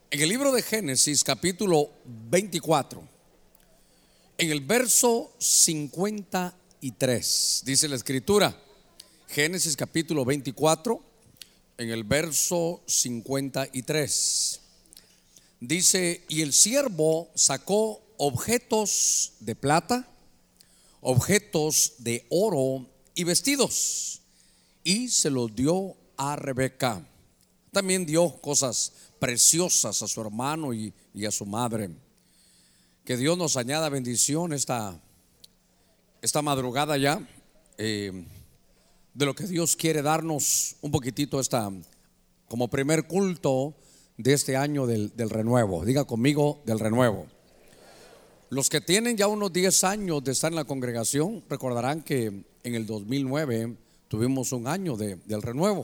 En el libro de Génesis, capítulo 24, en el verso 53, dice la escritura. Génesis capítulo 24, en el verso 53, dice: y el siervo sacó objetos de plata, objetos de oro y vestidos, y se los dio a Rebeca. También dio cosas preciosas a su hermano y a su madre. Que Dios nos añada bendición esta madrugada ya, de lo que Dios quiere darnos un poquitito como primer culto de este año del renuevo. Diga conmigo, del renuevo. Los que tienen ya unos 10 años de estar en la congregación recordarán que en el 2009 tuvimos un año del renuevo.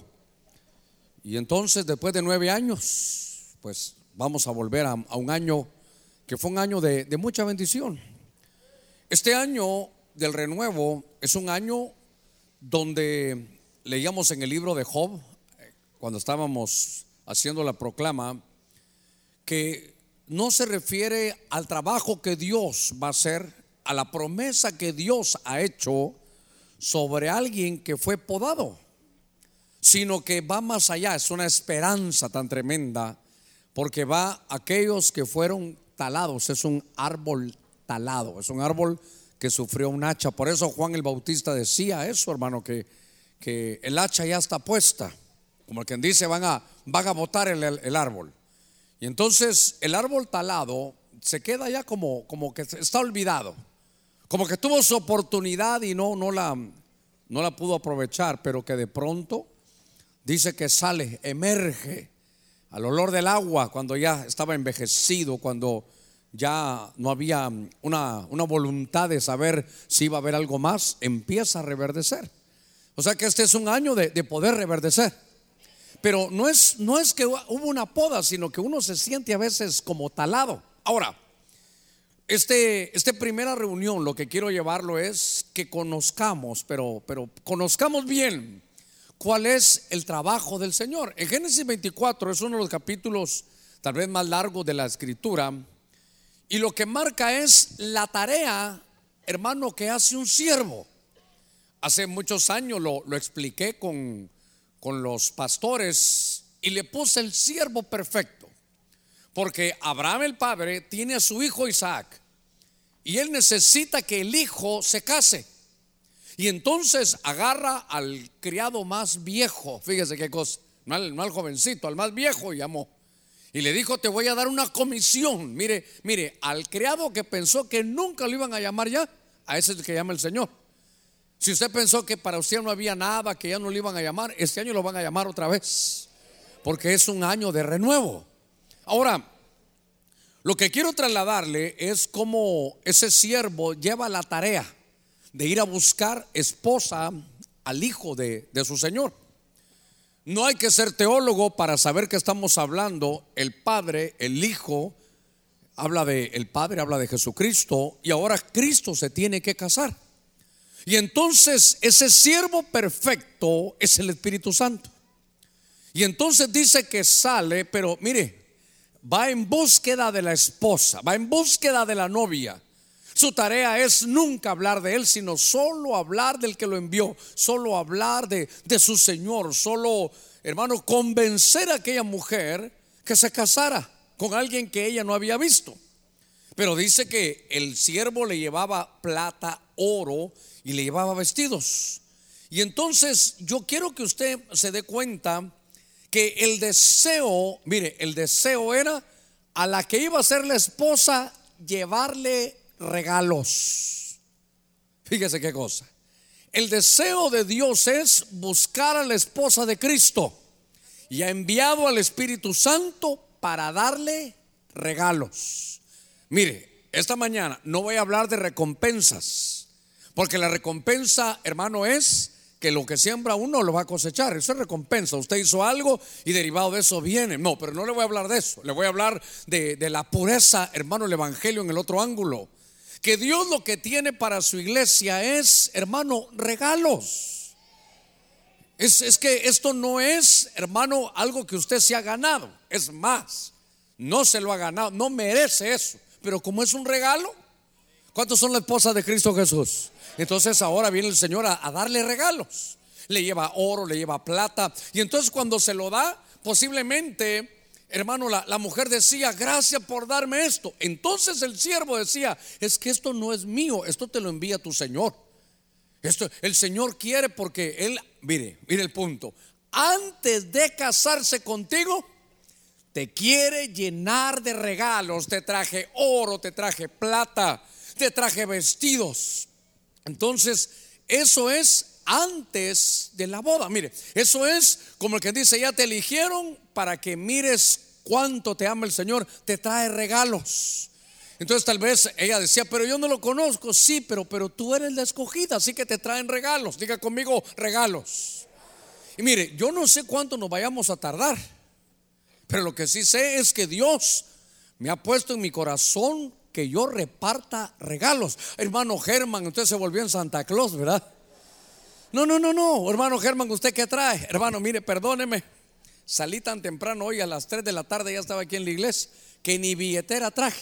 Y entonces, después de 9 años, pues vamos a volver a un año que fue un año de mucha bendición. Este año del renuevo es un año donde leíamos en el libro de Job, cuando estábamos haciendo la proclama, que no se refiere al trabajo que Dios va a hacer, a la promesa que Dios ha hecho sobre alguien que fue podado, sino que va más allá. Es una esperanza tan tremenda, porque va a aquellos que fueron talados. Es un árbol talado, es un árbol que sufrió un hacha. Por eso Juan el Bautista decía eso, hermano, que el hacha ya está puesta, como quien dice, van a botar el árbol. Y entonces el árbol talado se queda ya como que está olvidado, como que tuvo su oportunidad y no la pudo aprovechar, pero que de pronto dice que sale, emerge al olor del agua cuando ya estaba envejecido, cuando ya no había una voluntad de saber si iba a haber algo más, empieza a reverdecer. O sea que este es un año de poder reverdecer. Pero no es que hubo una poda, sino que uno se siente a veces como talado. Ahora, esta primera reunión, lo que quiero llevarlo es que conozcamos, pero conozcamos bien cuál es el trabajo del Señor. En Génesis 24 es uno de los capítulos tal vez más largos de la escritura, y lo que marca es la tarea, hermano, que hace un siervo. Hace muchos años lo expliqué con los pastores y le puse el siervo perfecto, porque Abraham el padre tiene a su hijo Isaac y él necesita que el hijo se case. Y entonces agarra al criado más viejo, fíjese qué cosa, no al jovencito, al más viejo llamó y le dijo: te voy a dar una comisión. Mire, al criado que pensó que nunca lo iban a llamar ya, a ese es el que llama el Señor. Si usted pensó que para usted no había nada, que ya no lo iban a llamar, este año lo van a llamar otra vez, porque es un año de renuevo. Ahora, lo que quiero trasladarle es cómo ese siervo lleva la tarea de ir a buscar esposa al hijo de su Señor. No hay que ser teólogo para saber que estamos hablando. El Padre, el Hijo, el Padre habla de Jesucristo, y ahora Cristo se tiene que casar. Y entonces ese siervo perfecto es el Espíritu Santo. Y entonces dice que sale, pero mire, va en búsqueda de la esposa, va en búsqueda de la novia. Su tarea es nunca hablar de él, sino solo hablar del que lo envió, solo hablar de su Señor, solo, hermano, convencer a aquella mujer que se casara con alguien que ella no había visto. Pero dice que el siervo le llevaba plata, oro, y le llevaba vestidos. Y entonces yo quiero que usted se dé cuenta que el deseo, mire, el deseo era a la que iba a ser la esposa llevarle regalos. Fíjese qué cosa. El deseo de Dios es buscar a la esposa de Cristo, y ha enviado al Espíritu Santo para darle regalos. Mire, esta mañana no voy a hablar de recompensas, porque la recompensa, hermano, es que lo que siembra uno lo va a cosechar. Eso es recompensa. Usted hizo algo y derivado de eso viene. No, pero no le voy a hablar de eso. Le voy a hablar de la pureza, hermano, el evangelio en el otro ángulo. Que Dios lo que tiene para su iglesia es, hermano, regalos. Es que esto no es, hermano, algo que usted se ha ganado. Es más, no se lo ha ganado, no merece eso. Pero como es un regalo, ¿cuántos son la esposa de Cristo Jesús? Entonces ahora viene el Señor a darle regalos. Le lleva oro, le lleva plata. Y entonces cuando se lo da, posiblemente, hermano, la mujer decía: gracias por darme esto. Entonces el siervo decía: es que esto no es mío, esto te lo envía tu Señor. Esto el Señor quiere, porque Él, mire el punto. Antes de casarse contigo, te quiere llenar de regalos. Te traje oro, te traje plata, te traje vestidos. Entonces eso es antes de la boda. Mire, eso es como el que dice: ya te eligieron para que mires cuánto te ama el Señor. Te trae regalos. Entonces tal vez ella decía: pero yo no lo conozco. Sí, pero tú eres la escogida, así que te traen regalos. Diga conmigo: regalos. Y mire, yo no sé cuánto nos vayamos a tardar, pero lo que sí sé es que Dios me ha puesto en mi corazón que yo reparta regalos. Hermano Germán, usted se volvió en Santa Claus, ¿verdad? No, hermano Germán, ¿usted qué trae? Hermano, mire, perdóneme, salí tan temprano hoy, a las 3 de la tarde ya estaba aquí en la iglesia, que ni billetera traje.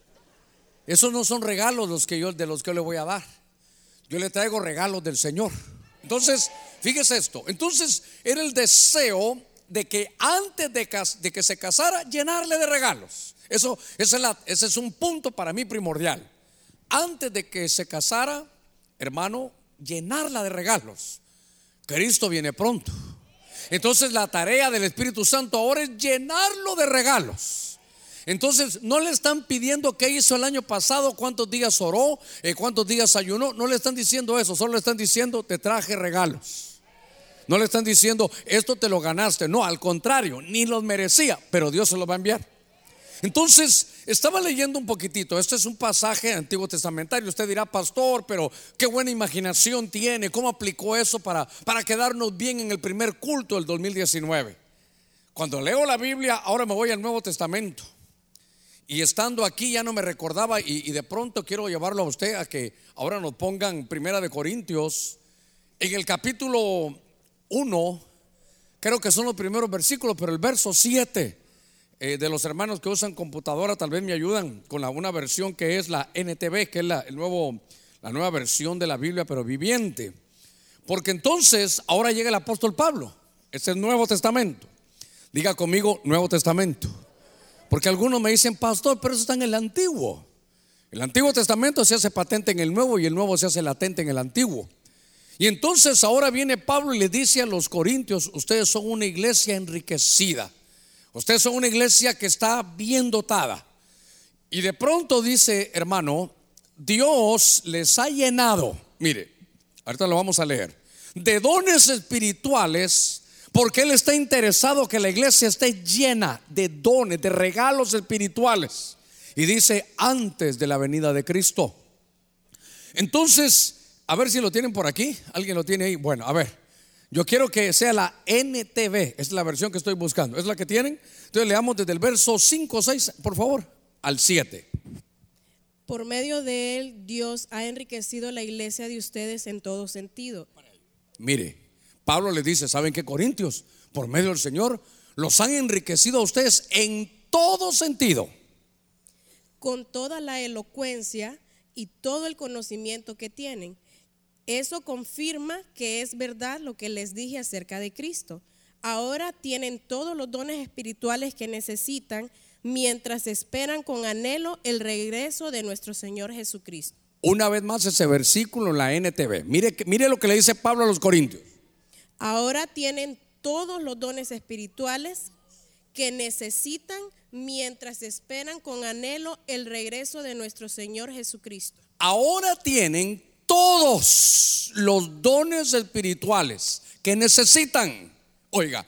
Esos no son regalos de los que yo le voy a dar. Yo le traigo regalos del Señor. Entonces, fíjese esto. Entonces era el deseo de que antes de que se casara, llenarle de regalos. Ese es un punto para mí primordial. Antes de que se casara, hermano, llenarla de regalos. Cristo viene pronto. Entonces la tarea del Espíritu Santo ahora es llenarlo de regalos. Entonces no le están pidiendo qué hizo el año pasado, cuántos días oró, cuántos días ayunó. No le están diciendo eso, solo le están diciendo: te traje regalos. No le están diciendo: esto te lo ganaste. No, al contrario, ni los merecía, pero Dios se los va a enviar. Entonces estaba leyendo un poquitito. Este es un pasaje antiguo testamentario. Usted dirá: pastor, pero qué buena imaginación tiene, ¿cómo aplicó eso para quedarnos bien en el primer culto del 2019? Cuando leo la Biblia, ahora me voy al Nuevo Testamento, y estando aquí ya no me recordaba, y de pronto quiero llevarlo a usted a que ahora nos pongan Primera de Corintios en el capítulo 1. Creo que son los primeros versículos, pero el verso 7, de los hermanos que usan computadora tal vez me ayudan con una versión que es la NTV, que es la nueva versión de la Biblia, pero viviente. Porque entonces ahora llega el apóstol Pablo. Este es el Nuevo Testamento. Diga conmigo: Nuevo Testamento. Porque algunos me dicen: pastor, pero eso está en el Antiguo. El Antiguo Testamento se hace patente en el Nuevo, y el Nuevo se hace latente en el Antiguo. Y entonces ahora viene Pablo y le dice a los corintios: ustedes son una iglesia enriquecida, ustedes son una iglesia que está bien dotada. Y de pronto dice: hermano, Dios les ha llenado, mire, ahorita lo vamos a leer, de dones espirituales, porque Él está interesado que la iglesia esté llena de dones, de regalos espirituales. Y dice: antes de la venida de Cristo. Entonces, a ver si lo tienen por aquí. ¿Alguien lo tiene ahí? Bueno, a ver, yo quiero que sea la NTV. Es la versión que estoy buscando. ¿Es la que tienen? Entonces leamos desde el verso 5, 6, por favor, al 7. Por medio de Él, Dios ha enriquecido la iglesia de ustedes en todo sentido. Mire, Pablo les dice: ¿saben qué, corintios? Por medio del Señor los han enriquecido a ustedes en todo sentido, con toda la elocuencia y todo el conocimiento que tienen. Eso confirma que es verdad lo que les dije acerca de Cristo. Ahora tienen todos los dones espirituales que necesitan mientras esperan con anhelo el regreso de nuestro Señor Jesucristo. Una vez más ese versículo en la NTV. Mire lo que le dice Pablo a los corintios. Ahora tienen todos los dones espirituales que necesitan mientras esperan con anhelo el regreso de nuestro Señor Jesucristo. Ahora tienen todos los dones espirituales que necesitan. Oiga,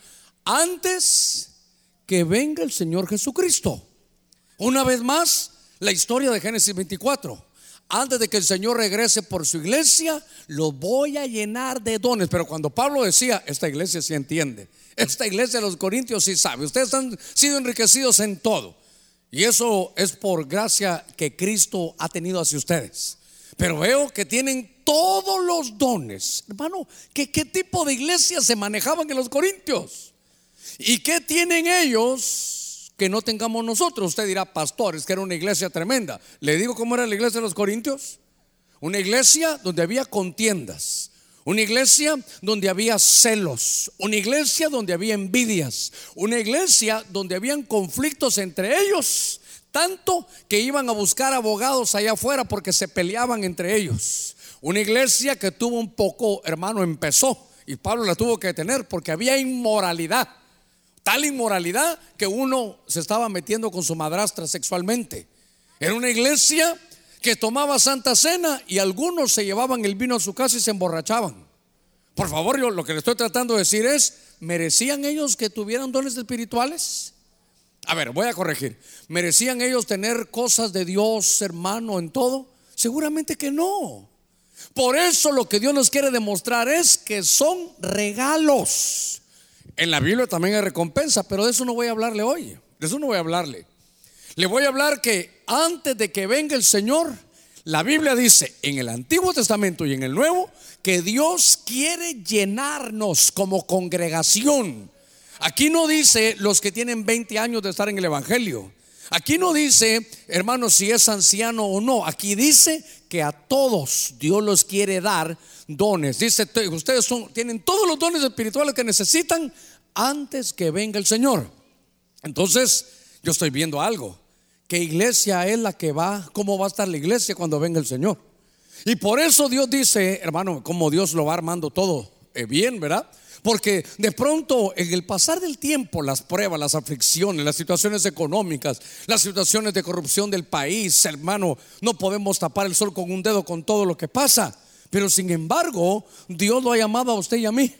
antes que venga el Señor Jesucristo. Una vez más, la historia de Génesis 24. Antes de que el Señor regrese por su iglesia, los voy a llenar de dones. Pero cuando Pablo decía, esta iglesia sí entiende, esta iglesia de los corintios sí sabe, ustedes han sido enriquecidos en todo, y eso es por gracia que Cristo ha tenido hacia ustedes. Pero veo que tienen todos los dones. Hermano, ¿qué tipo de iglesia se manejaban en los corintios? ¿Y qué tienen ellos que no tengamos nosotros. Usted dirá, pastor, es que era una iglesia tremenda. Le digo cómo era la iglesia de los Corintios. Una iglesia donde había contiendas, una iglesia donde había celos, una iglesia donde había envidias, una iglesia donde habían conflictos entre ellos, tanto que iban a buscar abogados allá afuera porque se peleaban entre ellos. Una iglesia que tuvo un poco, hermano, empezó, y Pablo la tuvo que detener porque había inmoralidad. Tal inmoralidad que uno se estaba metiendo con su madrastra sexualmente. Era una iglesia que tomaba Santa Cena y algunos se llevaban el vino a su casa y se emborrachaban. Por favor, yo lo que le estoy tratando de decir es, ¿merecían ellos que tuvieran dones espirituales? A ver, voy a corregir. ¿Merecían ellos tener cosas de Dios, hermano, en todo? Seguramente que no. Por eso lo que Dios nos quiere demostrar es que son regalos. En la Biblia también hay recompensa, pero de eso no voy a hablarle hoy. De eso no voy a hablarle. Le voy a hablar que antes de que venga el Señor, la Biblia dice en el Antiguo Testamento y en el Nuevo que Dios quiere llenarnos como congregación. Aquí no dice los que tienen 20 años de estar en el Evangelio. Aquí no dice, hermanos, si es anciano o no. Aquí dice que a todos Dios los quiere dar dones. Dice, ustedes tienen todos los dones espirituales que necesitan antes que venga el Señor. Entonces, yo estoy viendo algo. ¿Qué iglesia es la que va? ¿Cómo va a estar la iglesia cuando venga el Señor? Y por eso Dios dice, hermano, como Dios lo va armando todo bien, ¿verdad? Porque de pronto en el pasar del tiempo, las pruebas, las aflicciones, las situaciones económicas, las situaciones de corrupción del país, hermano, no podemos tapar el sol con un dedo con todo lo que pasa. Pero sin embargo, Dios lo ha llamado a usted y a mí.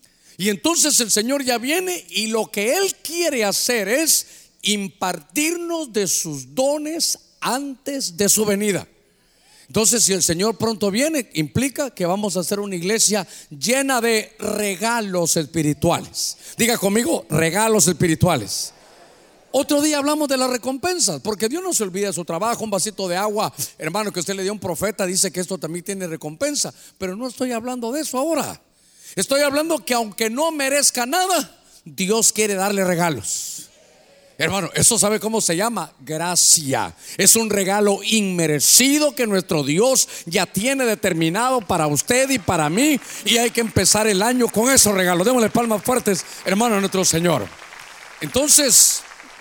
Y entonces el Señor ya viene y lo que Él quiere hacer es impartirnos de sus dones antes de su venida. Entonces, si el Señor pronto viene, implica que vamos a ser una iglesia llena de regalos espirituales. Diga conmigo, regalos espirituales. Otro día hablamos de las recompensas, porque Dios no se olvida de su trabajo. Un vasito de agua, hermano, que usted le dio a un profeta, dice que esto también tiene recompensa. Pero no estoy hablando de eso ahora. Estoy hablando que aunque no merezca nada, Dios quiere darle regalos. Hermano, eso ¿sabe cómo se llama? Gracia. Es un regalo inmerecido que nuestro Dios ya tiene determinado para usted y para mí. Y hay que empezar el año con esos regalos. Démosle palmas fuertes, hermano, a nuestro Señor. Entonces,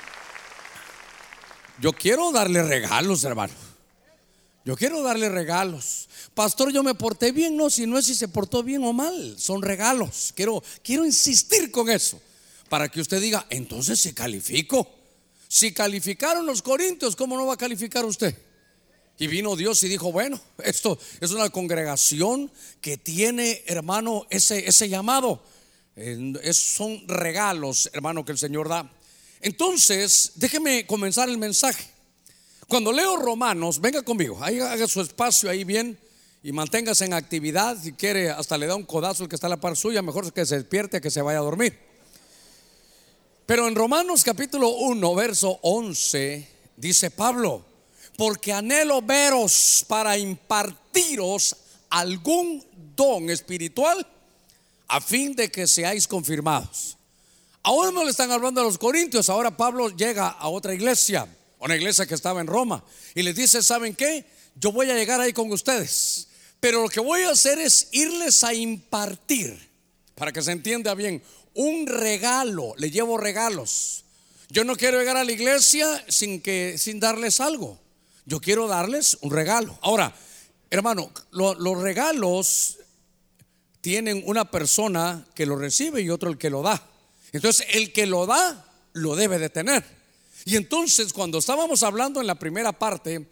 yo quiero darle regalos, hermano. Yo quiero darle regalos. Pastor, yo me porté bien. No, si no es si se portó bien o mal. Son regalos. Quiero insistir con eso, para que usted diga, entonces si califico. Si calificaron los corintios, ¿cómo no va a calificar usted? Y vino Dios y dijo, bueno, esto es una congregación que tiene, hermano, ese llamado. Son regalos, hermano, que el Señor da. Entonces, déjeme comenzar el mensaje. Cuando leo Romanos, venga conmigo, ahí haga su espacio ahí bien y manténgase en actividad. Si quiere, hasta le da un codazo el que está a la par suya. Mejor que se despierte que se vaya a dormir. Pero en Romanos capítulo 1 verso 11 dice Pablo, porque anhelo veros para impartiros algún don espiritual a fin de que seáis confirmados. Ahora no le están hablando a los corintios. Ahora Pablo llega a otra iglesia, una iglesia que estaba en Roma, y les dice, ¿saben qué? Yo voy a llegar ahí con ustedes, pero lo que voy a hacer es irles a impartir, para que se entienda bien, un regalo. Le llevo regalos. Yo no quiero llegar a la iglesia sin darles algo. Yo quiero darles un regalo. Ahora, hermano, los regalos tienen una persona que lo recibe y otro el que lo da. Entonces el que lo da lo debe de tener. Y entonces cuando estábamos hablando en la primera parte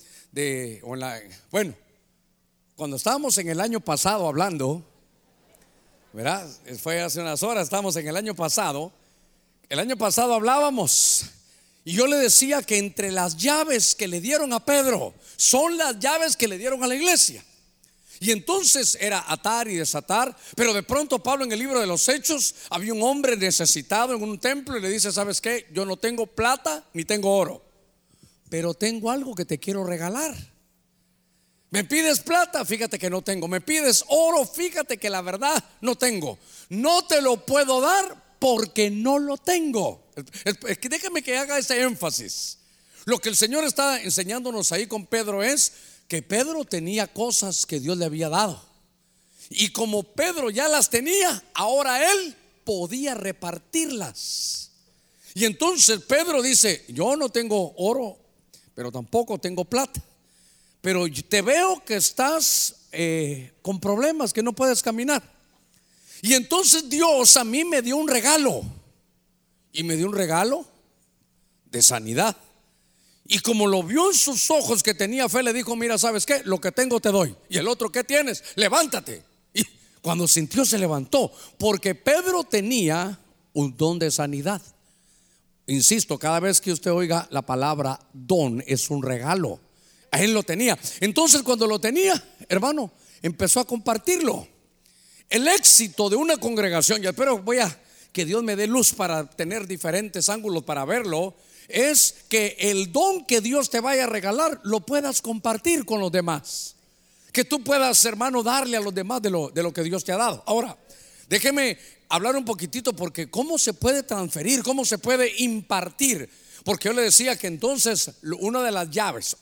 cuando estábamos en el año pasado hablando, ¿verdad? Fue hace unas horas, estamos en el año pasado. El año pasado hablábamos y yo le decía que entre las llaves que le dieron a Pedro son las llaves que le dieron a la iglesia. Y entonces era atar y desatar. Pero de pronto Pablo en el libro de los Hechos, había un hombre necesitado en un templo y le dice, ¿sabes qué? Yo no tengo plata ni tengo oro, pero tengo algo que te quiero regalar. Me pides plata, fíjate que no tengo. Me pides oro, fíjate que la verdad no tengo. No te lo puedo dar porque no lo tengo. Es que déjame que haga ese énfasis. Lo que el Señor está enseñándonos ahí con Pedro es que Pedro tenía cosas que Dios le había dado. Y como Pedro ya las tenía, ahora él podía repartirlas. Y entonces Pedro dice: yo no tengo oro, pero tampoco tengo plata, pero te veo que estás con problemas, que no puedes caminar. Y entonces Dios a mí me dio un regalo. Y me dio un regalo de sanidad. Y como lo vio en sus ojos que tenía fe, le dijo: mira, ¿sabes qué? Lo que tengo te doy. Y el otro: ¿qué tienes? Levántate. Y cuando sintió, se levantó, porque Pedro tenía un don de sanidad. Insisto, cada vez que usted oiga la palabra don, es un regalo. A él lo tenía. Entonces, cuando lo tenía, hermano, empezó a compartirlo. El éxito de una congregación, y espero que Dios me dé luz para tener diferentes ángulos para verlo, es que el don que Dios te vaya a regalar lo puedas compartir con los demás. Que tú puedas, hermano, darle a los demás de lo que Dios te ha dado. Ahora, déjeme hablar un poquitito, porque cómo se puede transferir, cómo se puede impartir. Porque yo le decía que entonces una de las llaves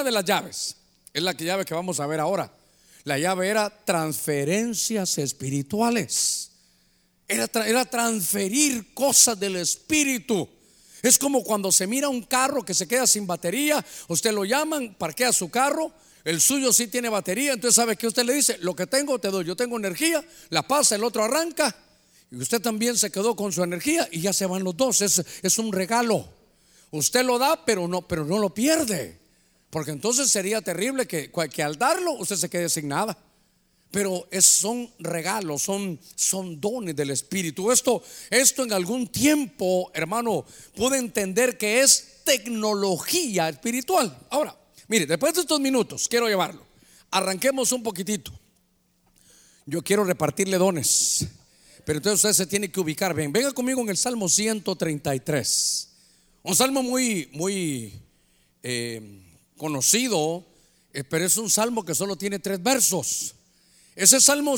es la llave que vamos a ver ahora. La llave era transferencias espirituales. Era transferir cosas del espíritu. Es como cuando se mira un carro que se queda sin batería. Usted lo llaman, parquea su carro, el suyo sí tiene batería. Entonces, ¿sabe qué? Usted le dice: lo que tengo te doy. Yo tengo energía, la pasa, el otro arranca, y usted también se quedó con su energía y ya se van los dos. Es un regalo. Usted lo da, pero no lo pierde, porque entonces sería terrible que al darlo usted se quede sin nada. Pero son regalos, son dones del Espíritu. Esto en algún tiempo, hermano, pude entender que es tecnología espiritual. Ahora, mire, después de estos minutos quiero llevarlo. Arranquemos un poquitito. Yo quiero repartirle dones, pero entonces usted se tiene que ubicar bien. Venga conmigo en el Salmo 133. Un salmo muy conocido, pero es un salmo que solo tiene 3 versos. Ese Salmo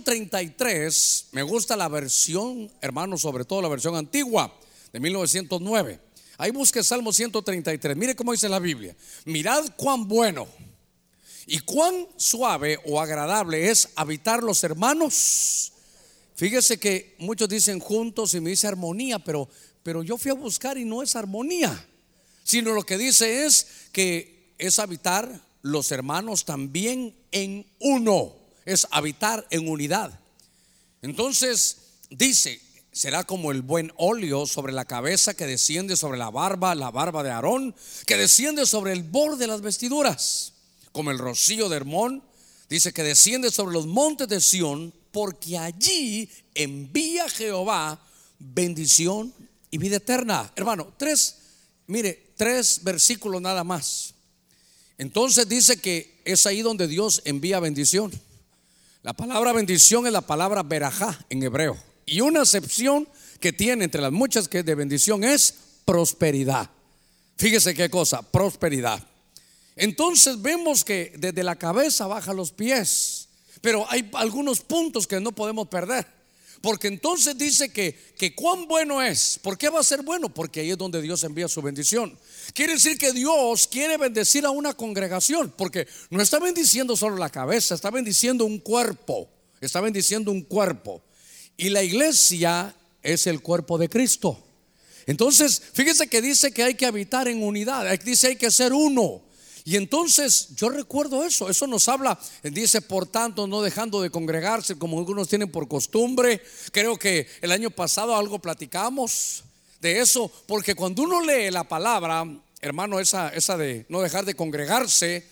133, me gusta la versión, hermano, sobre todo la versión antigua de 1909. Ahí busque Salmo 133. Mire cómo dice la Biblia: mirad cuán bueno y cuán suave o agradable es habitar los hermanos. Fíjese que muchos dicen juntos y me dice armonía, pero yo fui a buscar y no es armonía, sino lo que dice es que es habitar los hermanos también en uno. Es habitar en unidad. Entonces dice: será como el buen óleo sobre la cabeza, que desciende sobre la barba de Aarón, que desciende sobre el borde de las vestiduras, como el rocío de Hermón. Dice que desciende sobre los montes de Sión, porque allí envía Jehová bendición y vida eterna. Hermano, 3 versículos nada más. Entonces dice que es ahí donde Dios envía bendición. La palabra bendición es la palabra berajá en hebreo, y una acepción que tiene entre las muchas que es de bendición es prosperidad. Fíjese qué cosa, prosperidad. Entonces vemos que desde la cabeza baja los pies, pero hay algunos puntos que no podemos perder, porque entonces dice que cuán bueno es. ¿Por qué va a ser bueno? Porque ahí es donde Dios envía su bendición. Quiere decir que Dios quiere bendecir a una congregación, porque no está bendiciendo solo la cabeza, está bendiciendo un cuerpo. Está bendiciendo un cuerpo. Y la iglesia es el cuerpo de Cristo. Entonces, fíjese que dice que hay que habitar en unidad. Dice hay que ser uno. Y entonces yo recuerdo eso nos habla, dice: por tanto, no dejando de congregarse como algunos tienen por costumbre. Creo que el año pasado algo platicamos de eso, porque cuando uno lee la palabra, hermano, esa de no dejar de congregarse,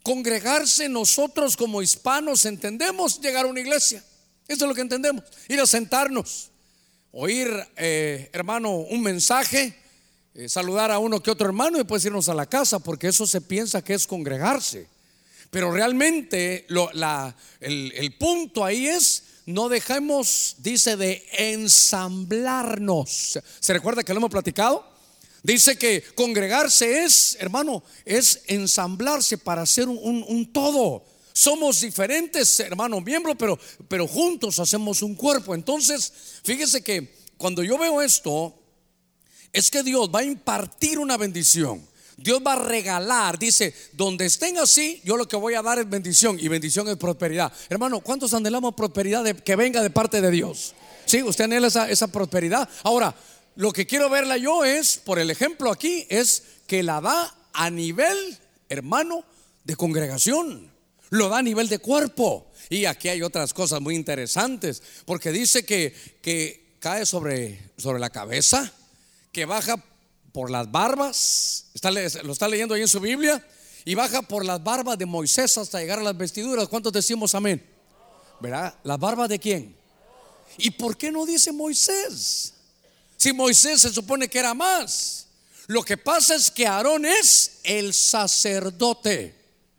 nosotros como hispanos entendemos llegar a una iglesia. Eso es lo que entendemos: ir a sentarnos, oír, hermano, un mensaje, saludar a uno que otro hermano y después irnos a la casa, porque eso se piensa que es congregarse. Pero realmente el punto ahí es: no dejemos, dice, de ensamblarnos. ¿Se recuerda que lo hemos platicado? Dice que congregarse es, hermano, es ensamblarse para hacer un todo. Somos diferentes, hermano, miembros, pero juntos hacemos un cuerpo. Entonces, fíjese que cuando yo veo esto, es que Dios va a impartir una bendición. Dios va a regalar, dice, donde estén así, yo lo que voy a dar es bendición, y bendición es prosperidad. Hermano, ¿cuántos anhelamos prosperidad que venga de parte de Dios? Sí, usted anhela esa prosperidad. Ahora, lo que quiero verla yo es, por el ejemplo aquí, es que la da a nivel, hermano, de congregación. Lo da a nivel de cuerpo. Y aquí hay otras cosas muy interesantes, porque dice que cae sobre la cabeza, que baja por las barbas. Lo está leyendo ahí en su Biblia. Y baja por las barbas de Moisés hasta llegar a las vestiduras. ¿Cuántos decimos amén? ¿Verdad? ¿Las barbas de quién? ¿Y por qué no dice Moisés? Si Moisés se supone que era más. Lo que pasa es que Aarón es el sacerdote.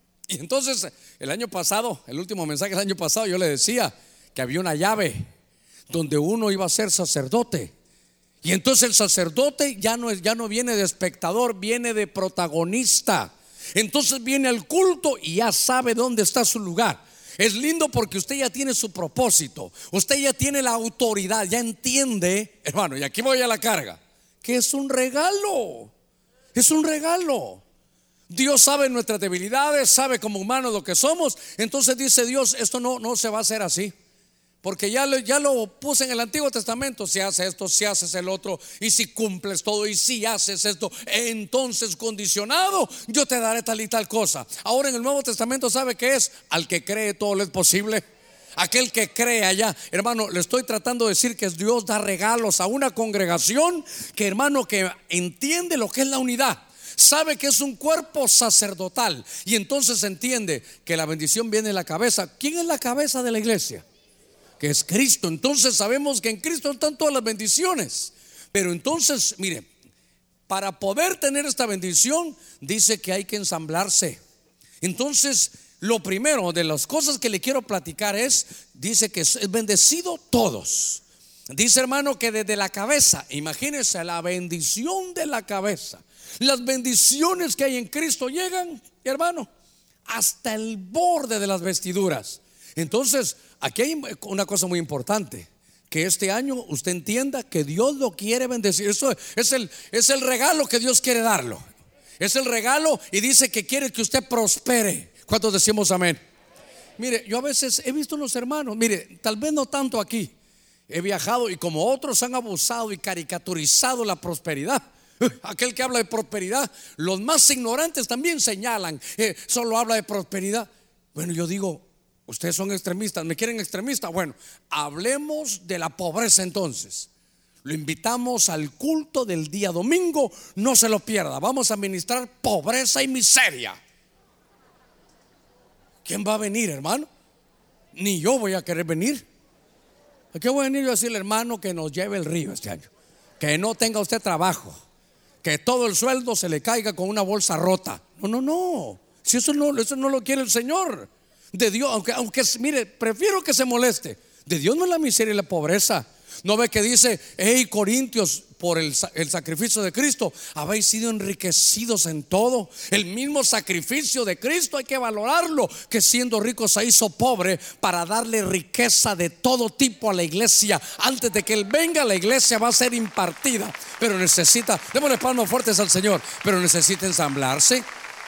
Y entonces el año pasado, el último mensaje del año pasado, yo le decía que había una llave donde uno iba a ser sacerdote. Y entonces el sacerdote ya no viene de espectador, viene de protagonista. Entonces viene al culto y ya sabe dónde está su lugar. Es lindo porque usted ya tiene su propósito, usted ya tiene la autoridad, ya entiende, hermano, y aquí voy a la carga, que es un regalo. Es un regalo. Dios sabe nuestras debilidades, sabe como humanos lo que somos. Entonces dice Dios, esto no se va a hacer así, porque ya lo puse en el Antiguo Testamento. Si haces esto, si haces el otro, y si cumples todo, y si haces esto, entonces condicionado, yo te daré tal y tal cosa. Ahora en el Nuevo Testamento, ¿sabe qué es? Al que cree todo le es posible. Aquel que cree allá, hermano, le estoy tratando de decir que Dios da regalos a una congregación que, hermano, que entiende lo que es la unidad. Sabe que es un cuerpo sacerdotal, y entonces entiende que la bendición viene de la cabeza. ¿Quién es la cabeza de la iglesia? Que es Cristo. Entonces sabemos que en Cristo están todas las bendiciones. Pero entonces, mire, para poder tener esta bendición, dice que hay que ensamblarse. Entonces, lo primero de las cosas que le quiero platicar dice que es bendecido todos. Dice, hermano, que desde la cabeza, imagínense la bendición de la cabeza. Las bendiciones que hay en Cristo llegan, hermano, hasta el borde de las vestiduras. Entonces, aquí hay una cosa muy importante, que este año usted entienda que Dios lo quiere bendecir. Eso es el regalo que Dios quiere darlo. Es el regalo, y dice que quiere que usted prospere. ¿Cuántos decimos amén? Mire, yo a veces he visto unos hermanos, mire, tal vez no tanto aquí, he viajado y como otros han abusado y caricaturizado la prosperidad. Aquel que habla de prosperidad, los más ignorantes también señalan, solo habla de prosperidad. Bueno, yo digo, ustedes son extremistas, ¿me quieren extremista? Bueno, hablemos de la pobreza entonces. Lo invitamos al culto del día domingo, no se lo pierda. Vamos a ministrar pobreza y miseria. ¿Quién va a venir, hermano? Ni yo voy a querer venir. ¿A qué voy a venir yo a decirle, hermano, que nos lleve el río este año? Que no tenga usted trabajo, que todo el sueldo se le caiga con una bolsa rota. No. Si eso no lo quiere el Señor. De Dios, aunque mire, prefiero que se moleste. De Dios no es la miseria y la pobreza. ¿No ve que dice, hey Corintios, por el sacrificio de Cristo habéis sido enriquecidos en todo? El mismo sacrificio de Cristo hay que valorarlo, que siendo rico se hizo pobre para darle riqueza de todo tipo a la iglesia. Antes de que Él venga, la iglesia va a ser impartida, pero necesita, démosle palmas fuertes al Señor, pero necesita ensamblarse.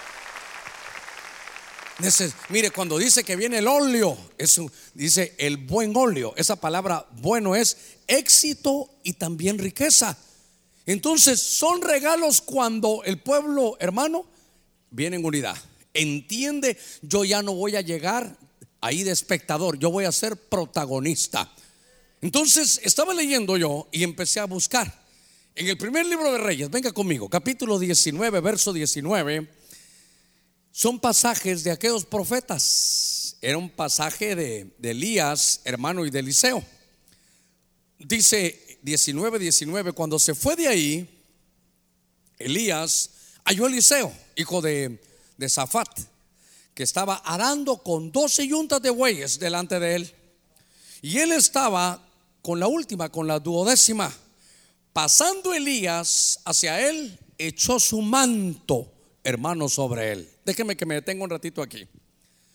Mire, cuando dice que viene el óleo, dice el buen óleo. Esa palabra bueno es éxito y también riqueza. Entonces son regalos cuando el pueblo, hermano, viene en unidad. Entiende, yo ya no voy a llegar ahí de espectador, yo voy a ser protagonista. Entonces estaba leyendo yo y empecé a buscar en el primer libro de Reyes. Venga conmigo, capítulo 19, verso 19. Son pasajes de aquellos profetas. Era un pasaje de Elías, hermano, y de Eliseo. Dice 19:19, cuando se fue de ahí, Elías halló a Eliseo, hijo de Safat, que estaba arando con 12 yuntas de bueyes delante de él. Y él estaba con la última, con la 12ª. Pasando Elías hacia él, echó su manto, hermano, sobre él. Déjeme que me detenga un ratito aquí.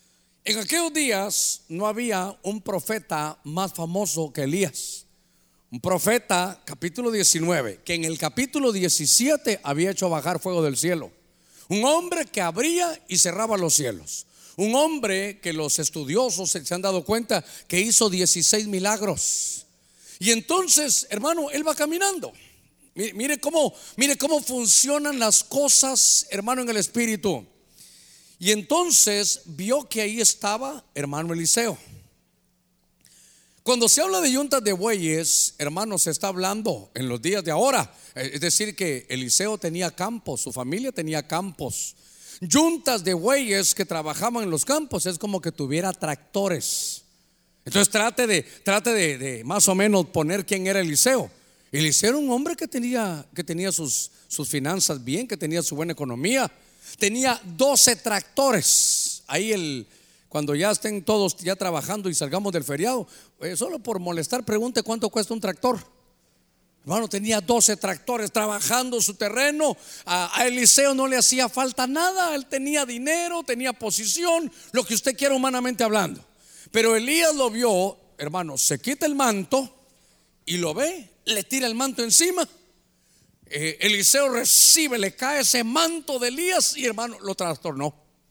En aquellos días no había un profeta más famoso que Elías. un profeta, capítulo 19, que en el capítulo 17 había hecho bajar fuego del cielo. Un hombre que abría y cerraba los cielos. Un hombre que los estudiosos se han dado cuenta que hizo 16 milagros. Y entonces, hermano, él va caminando. Mire cómo funcionan las cosas, hermano, en el espíritu. Y entonces vio que ahí estaba hermano Eliseo. Cuando se habla de yuntas de bueyes, hermano, se está hablando en los días de ahora. Es decir, que Eliseo tenía campos, su familia tenía campos. Yuntas de bueyes que trabajaban en los campos es como que tuviera tractores. Entonces trate de más o menos poner quién era Eliseo. Eliseo era un hombre que tenía sus finanzas bien, que tenía su buena economía. Tenía 12 tractores. Ahí cuando ya estén todos ya trabajando y salgamos del feriado, solo por molestar, pregunte cuánto cuesta un tractor. Hermano, tenía 12 tractores trabajando su terreno. A Eliseo no le hacía falta nada. Él tenía dinero, tenía posición, lo que usted quiera humanamente hablando. Pero Elías lo vio, hermano, se quita el manto y lo ve, le tira el manto encima. Eliseo recibe, le cae ese manto de Elías y, hermano, lo trastornó.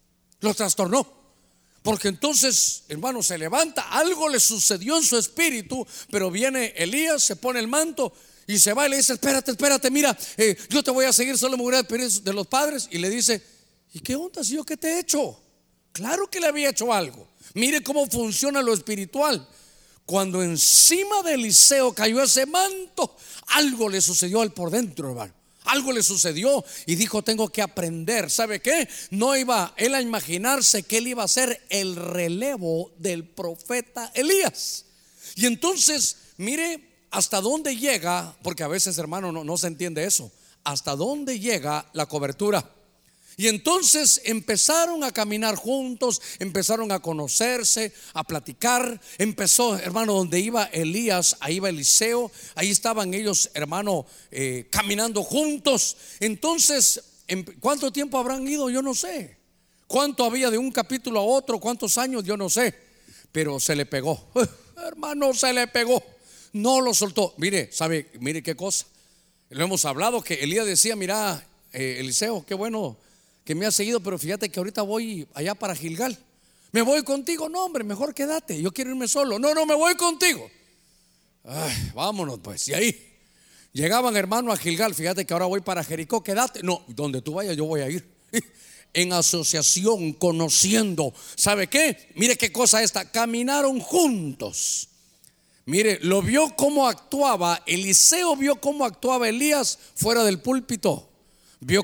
Porque entonces, hermano, se levanta, algo le sucedió en su espíritu. Pero viene Elías, se pone el manto y se va y le dice: espérate, mira, yo te voy a seguir, solo me voy a pedir de los padres. Y le dice: ¿y qué onda, si yo qué te he hecho? Claro que le había hecho algo. Mire cómo funciona lo espiritual. Cuando encima de Eliseo cayó ese manto, algo le sucedió al por dentro, hermano. Algo le sucedió y dijo: tengo que aprender. ¿Sabe qué? No iba él a imaginarse que él iba a ser el relevo del profeta Elías. Y entonces, mire hasta dónde llega, porque a veces, hermano, no se entiende eso. Hasta dónde llega la cobertura. Y entonces empezaron a caminar juntos, empezaron a conocerse, a platicar. Empezó, hermano, donde iba Elías, ahí iba Eliseo. Ahí estaban ellos, hermano, caminando juntos. Entonces, ¿cuánto tiempo habrán ido? Yo no sé. ¿Cuánto había de un capítulo a otro? ¿Cuántos años? Yo no sé. Pero se le pegó, hermano, se le pegó. No lo soltó. Mire qué cosa. Lo hemos hablado, que Elías decía: mira, Eliseo, qué bueno que me has seguido, pero fíjate que ahorita voy allá para Gilgal. ¿Me voy contigo? No, hombre, mejor quédate, yo quiero irme solo. No, me voy contigo. Ay, vámonos pues. Y ahí llegaban, hermano, a Gilgal. Fíjate que ahora voy para Jericó, quédate. No, donde tú vayas yo voy a ir. En asociación, conociendo. ¿Sabe qué? Mire qué cosa esta. Caminaron juntos. Mire, lo vio cómo actuaba Eliseo, vio cómo actuaba Elías fuera del púlpito. Vio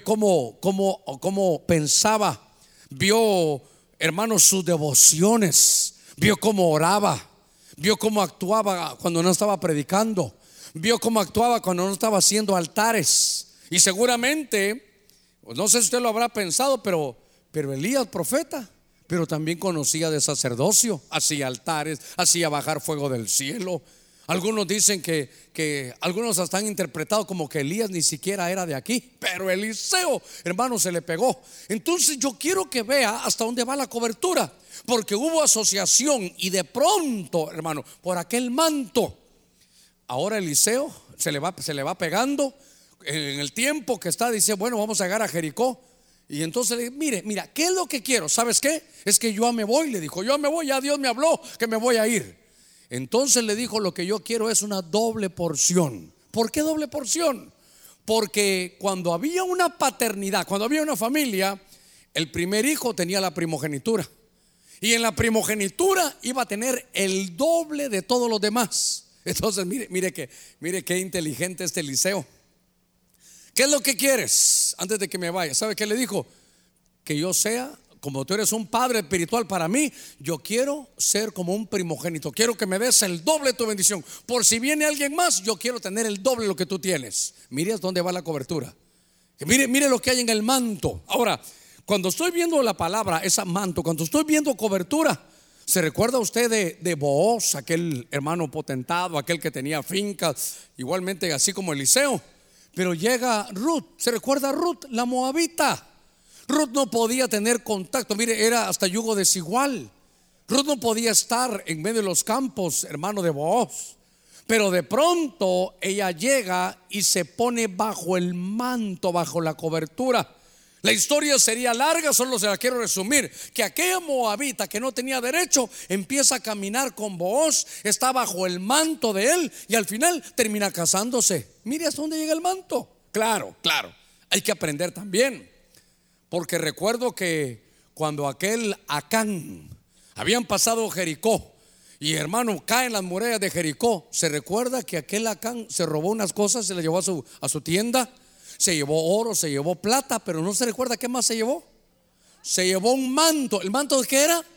cómo pensaba. Vio, hermano, sus devociones. Vio cómo oraba. Vio cómo actuaba cuando no estaba predicando. Vio cómo actuaba cuando no estaba haciendo altares. Y seguramente, no sé si usted lo habrá pensado, pero Elías, profeta, pero también conocía de sacerdocio. Hacía altares, hacía bajar fuego del cielo. Algunos dicen que algunos hasta han interpretado como que Elías ni siquiera era de aquí. Pero Eliseo, hermano, se le pegó. Entonces yo quiero que vea hasta dónde va la cobertura. Porque hubo asociación y de pronto, hermano, por aquel manto, ahora Eliseo se le va pegando. En el tiempo que está, dice: bueno, vamos a llegar a Jericó. Y entonces le dice: mira, ¿qué es lo que quiero? ¿Sabes qué? Es que yo me voy, le dijo. Yo me voy, ya Dios me habló que me voy a ir. Entonces le dijo: lo que yo quiero es una doble porción. ¿Por qué doble porción? Porque cuando había una paternidad, cuando había una familia, el primer hijo tenía la primogenitura. Y en la primogenitura iba a tener el doble de todos los demás. Entonces mire qué inteligente este Eliseo. ¿Qué es lo que quieres antes de que me vaya? ¿Sabe qué le dijo? Que yo sea, como tú eres un padre espiritual para mí, yo quiero ser como un primogénito. Quiero que me des el doble de tu bendición. Por si viene alguien más, yo quiero tener el doble de lo que tú tienes. Mire dónde va la cobertura. Mire lo que hay en el manto. Ahora, cuando estoy viendo la palabra, ese manto, cuando estoy viendo cobertura, ¿se recuerda usted de Booz, aquel hermano potentado, aquel que tenía fincas, igualmente así como Eliseo? Pero llega Ruth. ¿Se recuerda a Ruth, la moabita? Ruth no podía tener contacto. Mire, era hasta yugo desigual. Ruth no podía estar en medio de los campos, hermano, de Booz. Pero de pronto ella llega y se pone bajo el manto, bajo la cobertura. La historia sería larga, solo se la quiero resumir. Que aquella moabita que no tenía derecho empieza a caminar con Booz, está bajo el manto de él y al final termina casándose. Mire hasta dónde llega el manto. Claro, hay que aprender también. Porque recuerdo que cuando aquel Acán habían pasado Jericó y hermano caen las murallas de Jericó, se recuerda que aquel Acán se robó unas cosas, se las llevó a su tienda. Se llevó oro, se llevó plata, pero no se recuerda qué más se llevó. Se llevó un manto. ¿El manto de qué era?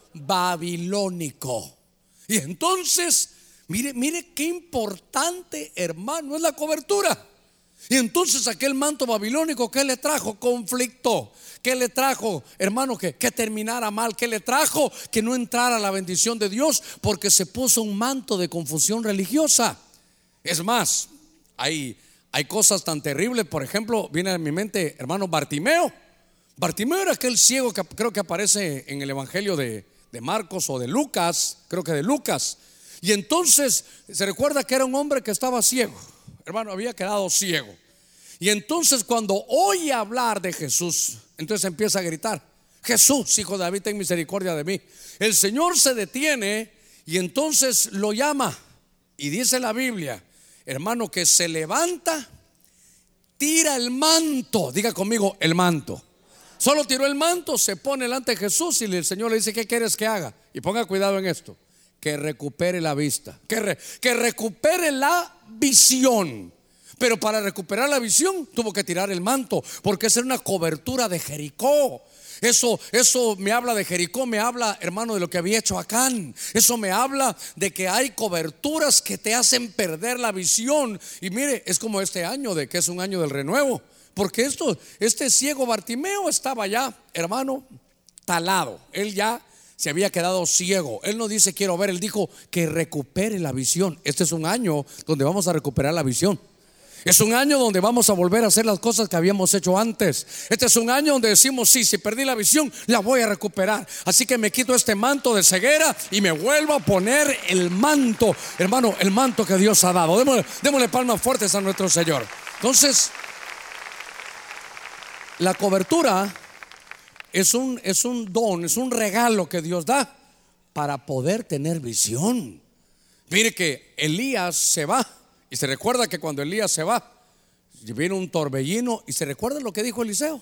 Babilónico. Y entonces, mire qué importante, hermano, es la cobertura. Y entonces aquel manto babilónico, ¿qué le trajo? Conflicto. ¿Qué le trajo, hermano? Que terminara mal. ¿Qué le trajo? Que no entrara la bendición de Dios, porque se puso un manto de confusión religiosa. Es más, hay cosas tan terribles. Por ejemplo, viene a mi mente, hermano, Bartimeo. Bartimeo era aquel ciego que creo que aparece en el evangelio de Marcos o de Lucas, creo que de Lucas. Y entonces se recuerda que era un hombre que estaba ciego, hermano, había quedado ciego. Y entonces cuando oye hablar de Jesús, entonces empieza a gritar: Jesús, hijo de David, ten misericordia de mí. El Señor se detiene y entonces lo llama. Y dice la Biblia, hermano, que se levanta, tira el manto. Diga conmigo, el manto. Solo tiró el manto, se pone delante de Jesús y el Señor le dice: ¿qué quieres que haga? Y ponga cuidado en esto: que recupere la vista, que recupere la visión. Pero para recuperar la visión tuvo que tirar el manto, porque esa era una cobertura de Jericó. Eso me habla de Jericó, me habla, hermano, de lo que había hecho Acán. Eso me habla de que hay coberturas que te hacen perder la visión. Y mire, es como este año, de que es un año del renuevo. Porque este ciego Bartimeo estaba ya, hermano, talado. Él ya se había quedado ciego. Él no dice quiero ver, él dijo que recupere la visión. Este es un año donde vamos a recuperar la visión. Es un año donde vamos a volver a hacer las cosas que habíamos hecho antes. Este es un año donde decimos: sí, si perdí la visión, la voy a recuperar. Así que me quito este manto de ceguera y me vuelvo a poner el manto, hermano, el manto que Dios ha dado. Démosle palmas fuertes a nuestro Señor. Entonces, la cobertura es un don, es un regalo que Dios da para poder tener visión. Mire que Elías se va. Y se recuerda que cuando Elías se va, viene un torbellino. Y se recuerda lo que dijo Eliseo: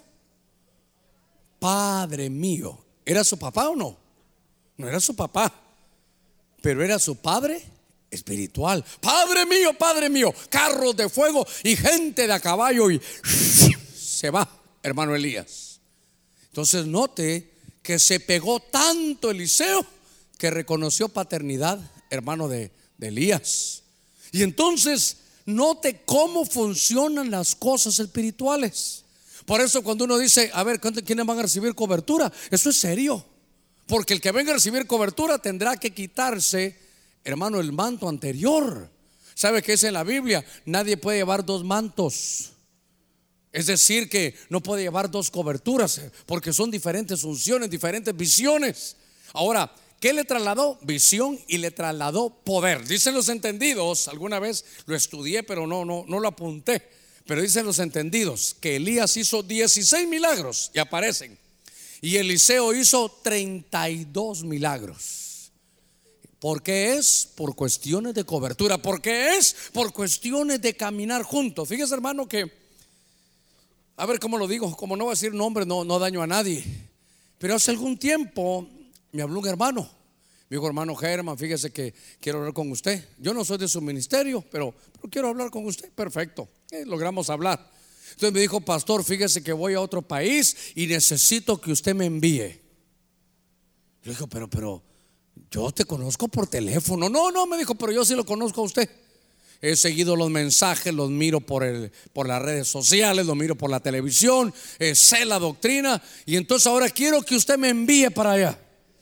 Padre mío. ¿Era su papá o no? No era su papá, pero era su padre espiritual. Padre mío, carros de fuego y gente de a caballo. Y se va, hermano Elías. Entonces note que se pegó tanto Eliseo que reconoció paternidad, hermano, de Elías. Y entonces note cómo funcionan las cosas espirituales. Por eso cuando uno dice: a ver, ¿quiénes van a recibir cobertura? Eso es serio. Porque el que venga a recibir cobertura tendrá que quitarse, hermano, el manto anterior. ¿Sabe qué es en la Biblia? Nadie puede llevar dos mantos. Es decir, que no puede llevar dos coberturas, porque son diferentes unciones, diferentes visiones. Ahora, ¿qué le trasladó? Visión, y le trasladó poder. Dicen los entendidos, alguna vez lo estudié, pero no lo apunté. Pero dicen los entendidos que Elías hizo 16 milagros y aparecen. Y Eliseo hizo 32 milagros. ¿Por qué es? Por cuestiones de cobertura. ¿Por qué es? Por cuestiones de caminar juntos. Fíjese, hermano, que, a ver cómo lo digo, como no voy a decir nombres, no daño a nadie. Pero hace algún tiempo me habló un hermano. Me dijo: hermano Germán, fíjese que quiero hablar con usted. Yo no soy de su ministerio, pero quiero hablar con usted. Perfecto, logramos hablar. Entonces me dijo: pastor, fíjese que voy a otro país y necesito que usted me envíe. Yo dije: pero yo te conozco por teléfono. No, me dijo, pero yo sí lo conozco a usted. He seguido los mensajes, los miro por las redes sociales, los miro por la televisión, sé la doctrina. Y entonces ahora quiero que usted me envíe para allá.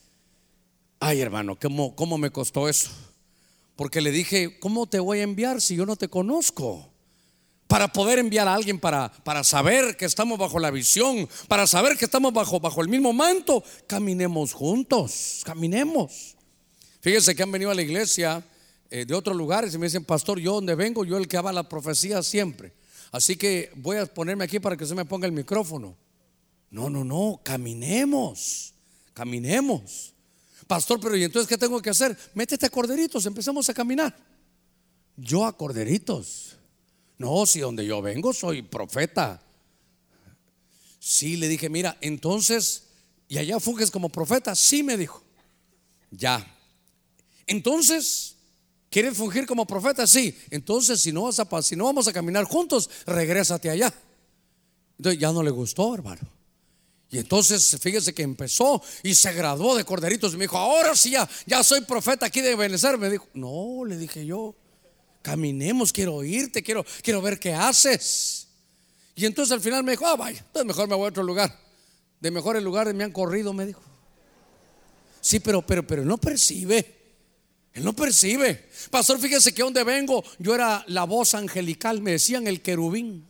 Ay, hermano, ¿cómo me costó eso? Porque le dije: ¿cómo te voy a enviar si yo no te conozco? Para poder enviar a alguien para saber que estamos bajo la visión, para saber que estamos bajo el mismo manto, caminemos juntos, caminemos. Fíjense que han venido a la iglesia de otros lugares y me dicen: pastor, yo donde vengo, yo el que habla la profecía siempre, así que voy a ponerme aquí para que usted me ponga el micrófono. No, caminemos. Pastor, pero ¿y entonces qué tengo que hacer? Métete a corderitos, empezamos a caminar. Yo a corderitos. No, si donde yo vengo soy profeta. Sí, le dije: mira, entonces, ¿y allá funges como profeta? Sí, me dijo. Ya. Entonces, ¿quieres fungir como profeta? Sí. Entonces, si no vamos a caminar juntos, regrésate allá. Entonces ya no le gustó, hermano. Y entonces fíjese que empezó y se graduó de corderitos y me dijo: ahora sí ya soy profeta aquí de Ebenezer. Me dijo: no, le dije yo, caminemos, quiero oírte, quiero ver qué haces. Y entonces al final me dijo: vaya, entonces mejor me voy a otro lugar. De mejores lugares me han corrido, me dijo. Sí, pero él no percibe. Él no percibe. Pastor, fíjese que donde vengo yo era la voz angelical, me decían el querubín.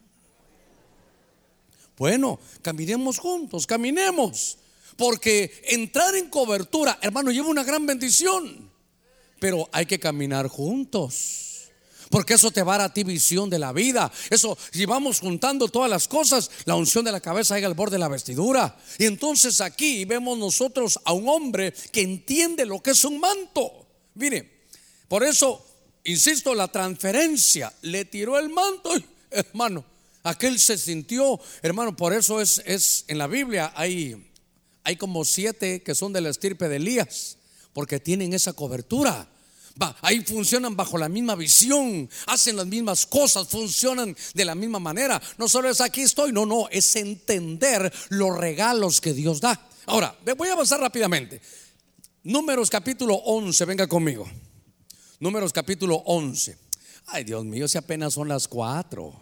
Bueno, caminemos juntos, caminemos. Porque entrar en cobertura, hermano, lleva una gran bendición. Pero hay que caminar juntos, porque eso te va a dar a ti visión de la vida. Eso, si vamos juntando todas las cosas, la unción de la cabeza llega al borde de la vestidura. Y entonces aquí vemos nosotros a un hombre que entiende lo que es un manto. Mire, por eso, insisto, la transferencia, le tiró el manto, hermano. Aquel se sintió, hermano, por eso es en la Biblia hay como 7 que son de la estirpe de Elías, porque tienen esa cobertura. Ahí funcionan bajo la misma visión, hacen las mismas cosas, funcionan de la misma manera. No solo es aquí estoy, no, es entender los regalos que Dios da. Ahora, voy a avanzar rápidamente. Números capítulo 11, venga conmigo. Números capítulo 11. Ay, Dios mío, si apenas son las 4.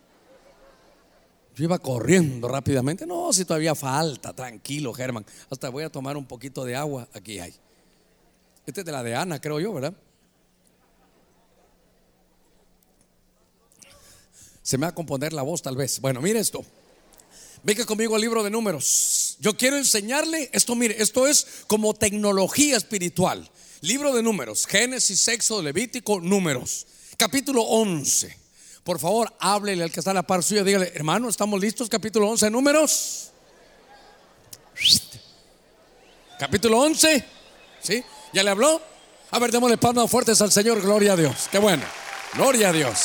Yo iba corriendo rápidamente. No, si todavía falta, tranquilo, Germán. Hasta voy a tomar un poquito de agua. Aquí hay. Este es de la de Ana, creo yo, ¿verdad? Se me va a componer la voz tal vez. Bueno, mire esto. Venga conmigo al libro de Números. Yo quiero enseñarle esto. Mire, esto es como tecnología espiritual. Libro de Números, Génesis, Éxodo, Levítico, Números, capítulo 11. Por favor, háblele al que está a la par suya, dígale: hermano, ¿estamos listos? Capítulo 11 de Números. Capítulo 11. ¿Sí? ¿Ya le habló? A ver, démosle palmas fuertes al Señor. Gloria a Dios. Qué bueno. Gloria a Dios.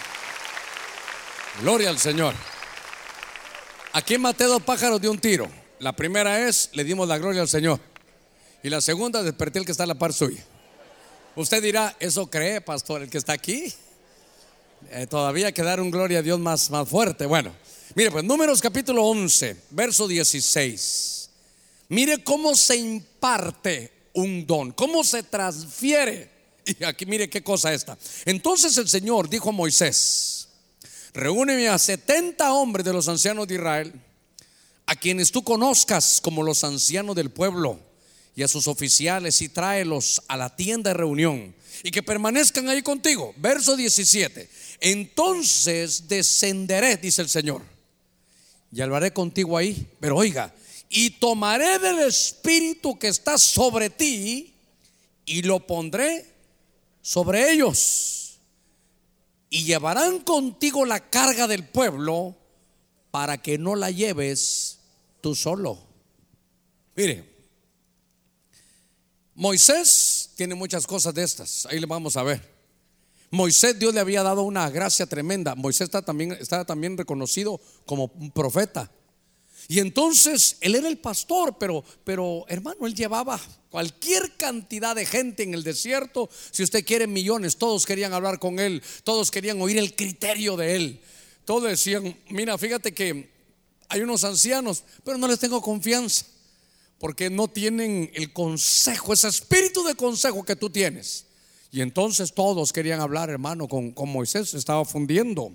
Gloria al Señor. Aquí maté 2 pájaros de un tiro. La primera es, le dimos la gloria al Señor. Y la segunda, desperté al que está a la par suya. Usted dirá: ¿eso cree, pastor, el que está aquí? Todavía hay que dar un gloria a Dios más fuerte. Bueno, mire pues, Números capítulo 11, verso 16. Mire cómo se imparte un don, cómo se transfiere. Y aquí mire qué cosa esta. Entonces el Señor dijo a Moisés: reúneme a 70 hombres de los ancianos de Israel, a quienes tú conozcas como los ancianos del pueblo, y a sus oficiales, y tráelos a la tienda de reunión, y que permanezcan ahí contigo. Verso 17. Entonces descenderé, dice el Señor, y hablaré contigo ahí. Pero oiga: y tomaré del espíritu que está sobre ti y lo pondré sobre ellos, y llevarán contigo la carga del pueblo, para que no la lleves tú solo. Mire, Moisés tiene muchas cosas de estas. Ahí le vamos a ver. Moisés, Dios le había dado una gracia tremenda. Moisés estaba también reconocido como un profeta. Y entonces él era el pastor, pero hermano, él llevaba cualquier cantidad de gente en el desierto. Si usted quiere, millones. Todos querían hablar con él, todos querían oír el criterio de él. Todos decían: mira, fíjate que hay unos ancianos, pero no les tengo confianza, porque no tienen el consejo, ese espíritu de consejo que tú tienes. Y entonces todos querían hablar, hermano, con Moisés. Se estaba fundiendo.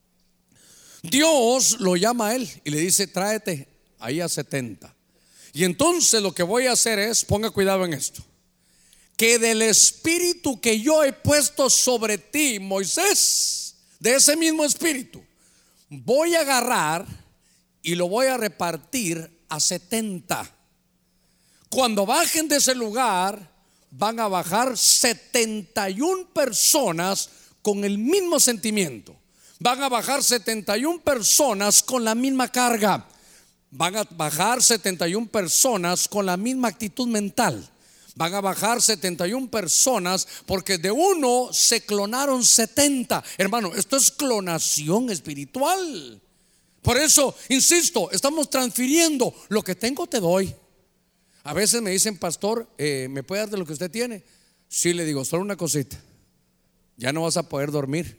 Dios lo llama a él y le dice: tráete ahí a 70. Y entonces lo que voy a hacer es, ponga cuidado en esto, que del espíritu que yo he puesto sobre ti, Moisés, de ese mismo espíritu, voy a agarrar y lo voy a repartir a 70. Cuando bajen de ese lugar, van a bajar 71 personas con el mismo sentimiento. Van a bajar 71 personas con la misma carga. Van a bajar 71 personas con la misma actitud mental. Van a bajar 71 personas porque de uno se clonaron 70. Hermano, esto es clonación espiritual. Por eso, insisto, estamos transfiriendo. Lo que tengo te doy. A veces me dicen, pastor, ¿me puede dar de lo que usted tiene? Sí, le digo, solo una cosita. Ya no vas a poder dormir.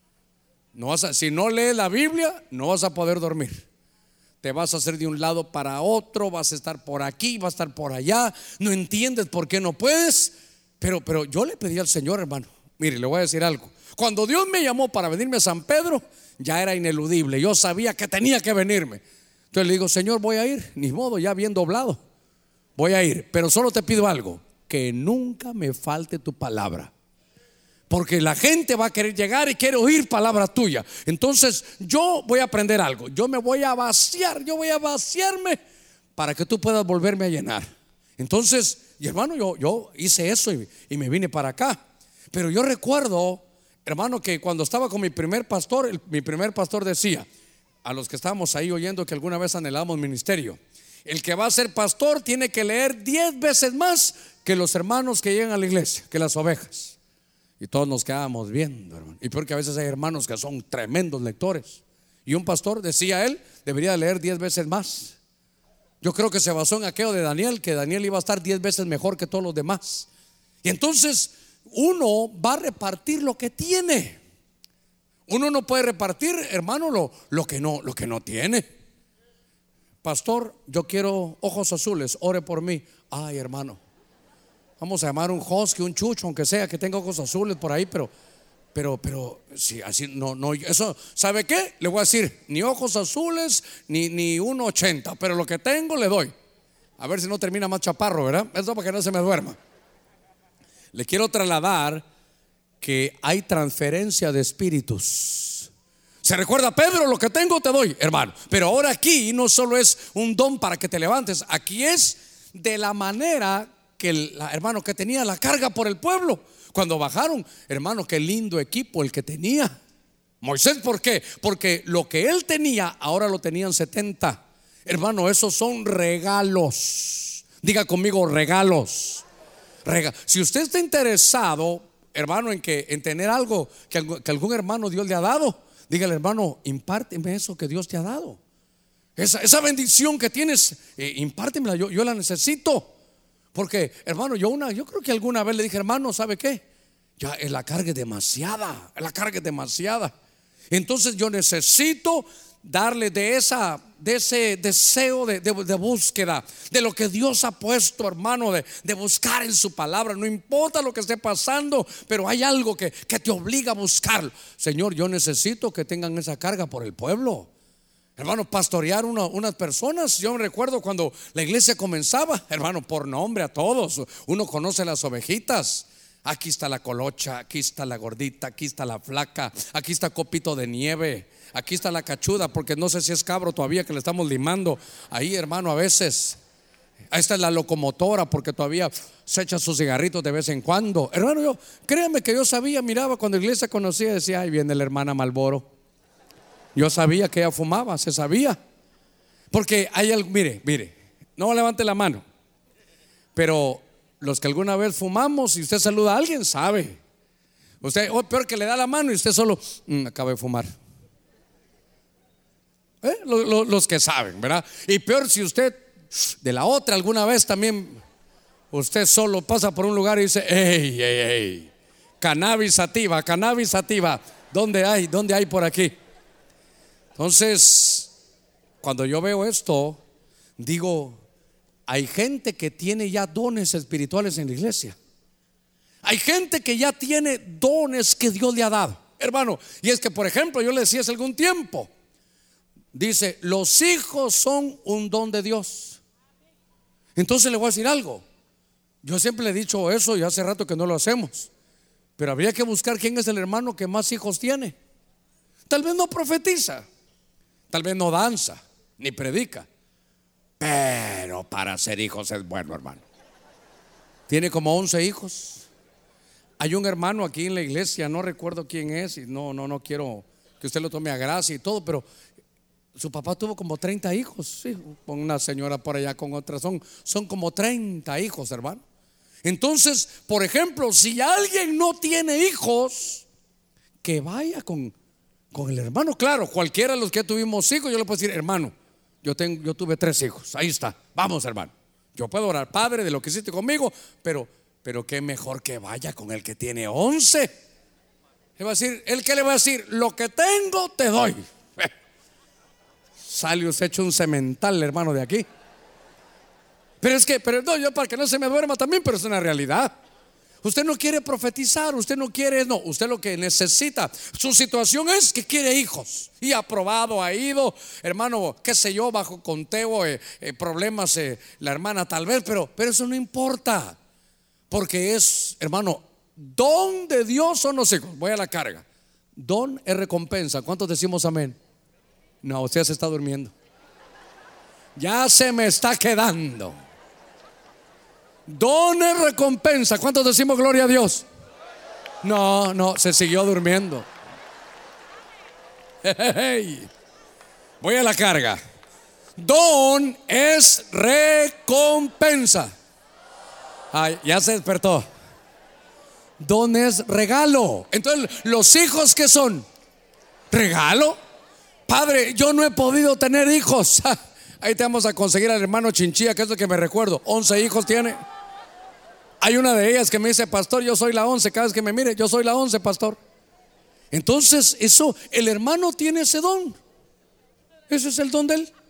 Si no lees la Biblia, no vas a poder dormir. Te vas a hacer de un lado para otro, vas a estar por aquí, vas a estar por allá. No entiendes por qué no puedes. Pero yo le pedí al Señor, hermano. Mire, le voy a decir algo. Cuando Dios me llamó para venirme a San Pedro, ya era ineludible. Yo sabía que tenía que venirme. Entonces le digo, Señor, voy a ir. Ni modo, ya bien doblado. Voy a ir, pero solo te pido algo: que nunca me falte tu palabra. Porque la gente va a querer llegar y quiere oír palabra tuya. Entonces yo voy a aprender algo. Yo me voy a vaciar. Yo voy a vaciarme para que tú puedas volverme a llenar. Entonces, y hermano, yo hice eso y me vine para acá. Pero yo recuerdo, hermano, que cuando estaba con mi primer pastor, mi primer pastor decía a los que estábamos ahí oyendo que alguna vez anhelamos ministerio: el que va a ser pastor tiene que leer 10 veces más que los hermanos que llegan a la iglesia, que las ovejas. Y todos nos quedábamos viendo, hermano. Y porque a veces hay hermanos que son tremendos lectores. Y un pastor, decía él, debería leer 10 veces más. Yo creo que se basó en aquello de Daniel, que Daniel iba a estar 10 veces mejor que todos los demás. Y entonces uno va a repartir lo que tiene. Uno no puede repartir, hermano, lo que no tiene. Pastor, yo quiero ojos azules, ore por mí. Ay, hermano, vamos a llamar un husky, un chucho, aunque sea que tenga ojos azules por ahí, pero si así no, eso, ¿sabe qué? Le voy a decir, ni ojos azules, ni 1.80, pero lo que tengo le doy. A ver si no termina más chaparro, ¿verdad? Eso para que no se me duerma. Le quiero trasladar que hay transferencia de espíritus. ¿Se recuerda Pedro? Lo que tengo te doy, hermano. Pero ahora aquí no solo es un don para que te levantes, aquí es de la manera que hermano que tenía la carga por el pueblo. Cuando bajaron, hermano, qué lindo equipo el que tenía Moisés. ¿Por qué? Porque lo que él tenía ahora lo tenían 70. Hermano, esos son regalos. Diga conmigo, regalos. Si usted está interesado, hermano, en tener algo que algún hermano Dios le ha dado, dígale, hermano, impárteme eso que Dios te ha dado. Esa bendición que tienes, impártemela, yo la necesito. Porque, hermano, yo creo que alguna vez le dije, hermano, ¿sabe qué? Ya la carga es demasiada, Entonces yo necesito darle de ese deseo de búsqueda, de lo que Dios ha puesto, hermano, de buscar en su palabra. No importa lo que esté pasando, pero hay algo que te obliga a buscarlo. Señor, yo necesito que tengan esa carga por el pueblo. Hermano, pastorear unas personas. Yo me recuerdo cuando la iglesia comenzaba, hermano, por nombre a todos. Uno conoce las ovejitas. Aquí está la colocha, aquí está la gordita, aquí está la flaca, aquí está copito de nieve, aquí está la cachuda, porque no sé si es cabro todavía que le estamos limando ahí, hermano, a veces. Ahí está la locomotora, porque todavía se echa sus cigarritos de vez en cuando. Hermano, créame que yo sabía, miraba cuando la iglesia conocía, decía, ahí viene la hermana Malboro. Yo sabía que ella fumaba, se sabía. Porque hay algo, mire, no levante la mano, pero los que alguna vez fumamos, si usted saluda a alguien, sabe. Usted, peor que le da la mano y usted solo acaba de fumar. Los que saben, ¿verdad? Y peor si usted de la otra alguna vez también, usted solo pasa por un lugar y dice, ey, cannabis sativa. ¿Dónde hay por aquí? Entonces, cuando yo veo esto, digo, hay gente que tiene ya dones espirituales en la iglesia. Hay gente que ya tiene dones que Dios le ha dado, hermano. Y es que, por ejemplo, yo le decía hace algún tiempo, dice, los hijos son un don de Dios. Entonces le voy a decir algo. Yo siempre le he dicho eso y hace rato que no lo hacemos, pero habría que buscar quién es el hermano que más hijos tiene. Tal vez no profetiza, tal vez no danza, ni predica, pero para ser hijos es bueno, hermano. Tiene como 11 hijos. Hay un hermano aquí en la iglesia, no recuerdo quién es, y no quiero que usted lo tome a gracia y todo, pero su papá tuvo como 30 hijos, sí, con una señora por allá, con otra, son como 30 hijos, hermano. Entonces, por ejemplo, si alguien no tiene hijos, que vaya con el hermano. Claro, cualquiera de los que tuvimos hijos, yo le puedo decir, hermano, yo tuve 3 hijos, ahí está, vamos, hermano. Yo puedo orar, Padre, de lo que hiciste conmigo, pero qué mejor que vaya con el que tiene 11. Le va a decir, ¿el que le va a decir? Lo que tengo te doy. Sale usted hecho un cemental, hermano, de aquí. Pero no, yo para que no se me duerma también, pero es una realidad. Usted no quiere profetizar, usted no quiere, no, usted lo que necesita, su situación es que quiere hijos. Y ha probado, ha ido, hermano, qué sé yo, bajo conteo, problemas, la hermana tal vez, pero eso no importa. Porque es, hermano, don de Dios son los hijos. Voy a la carga. Don es recompensa. ¿Cuántos decimos amén? No, usted se está durmiendo. Ya se me está quedando. Don es recompensa. ¿Cuántos decimos gloria a Dios? No, se siguió durmiendo. Hey. Voy a la carga. Don es recompensa. Ay, ya se despertó. Don es regalo. Entonces, ¿los hijos qué son? Regalo. Padre, yo no he podido tener hijos. Ahí te vamos a conseguir al hermano Chinchilla, que es lo que me recuerdo. 11 hijos tiene. Hay una de ellas que me dice, pastor, yo soy la 11. Cada vez que me mire, yo soy la 11, pastor. Entonces, eso, el hermano tiene ese don. Ese es el don de él.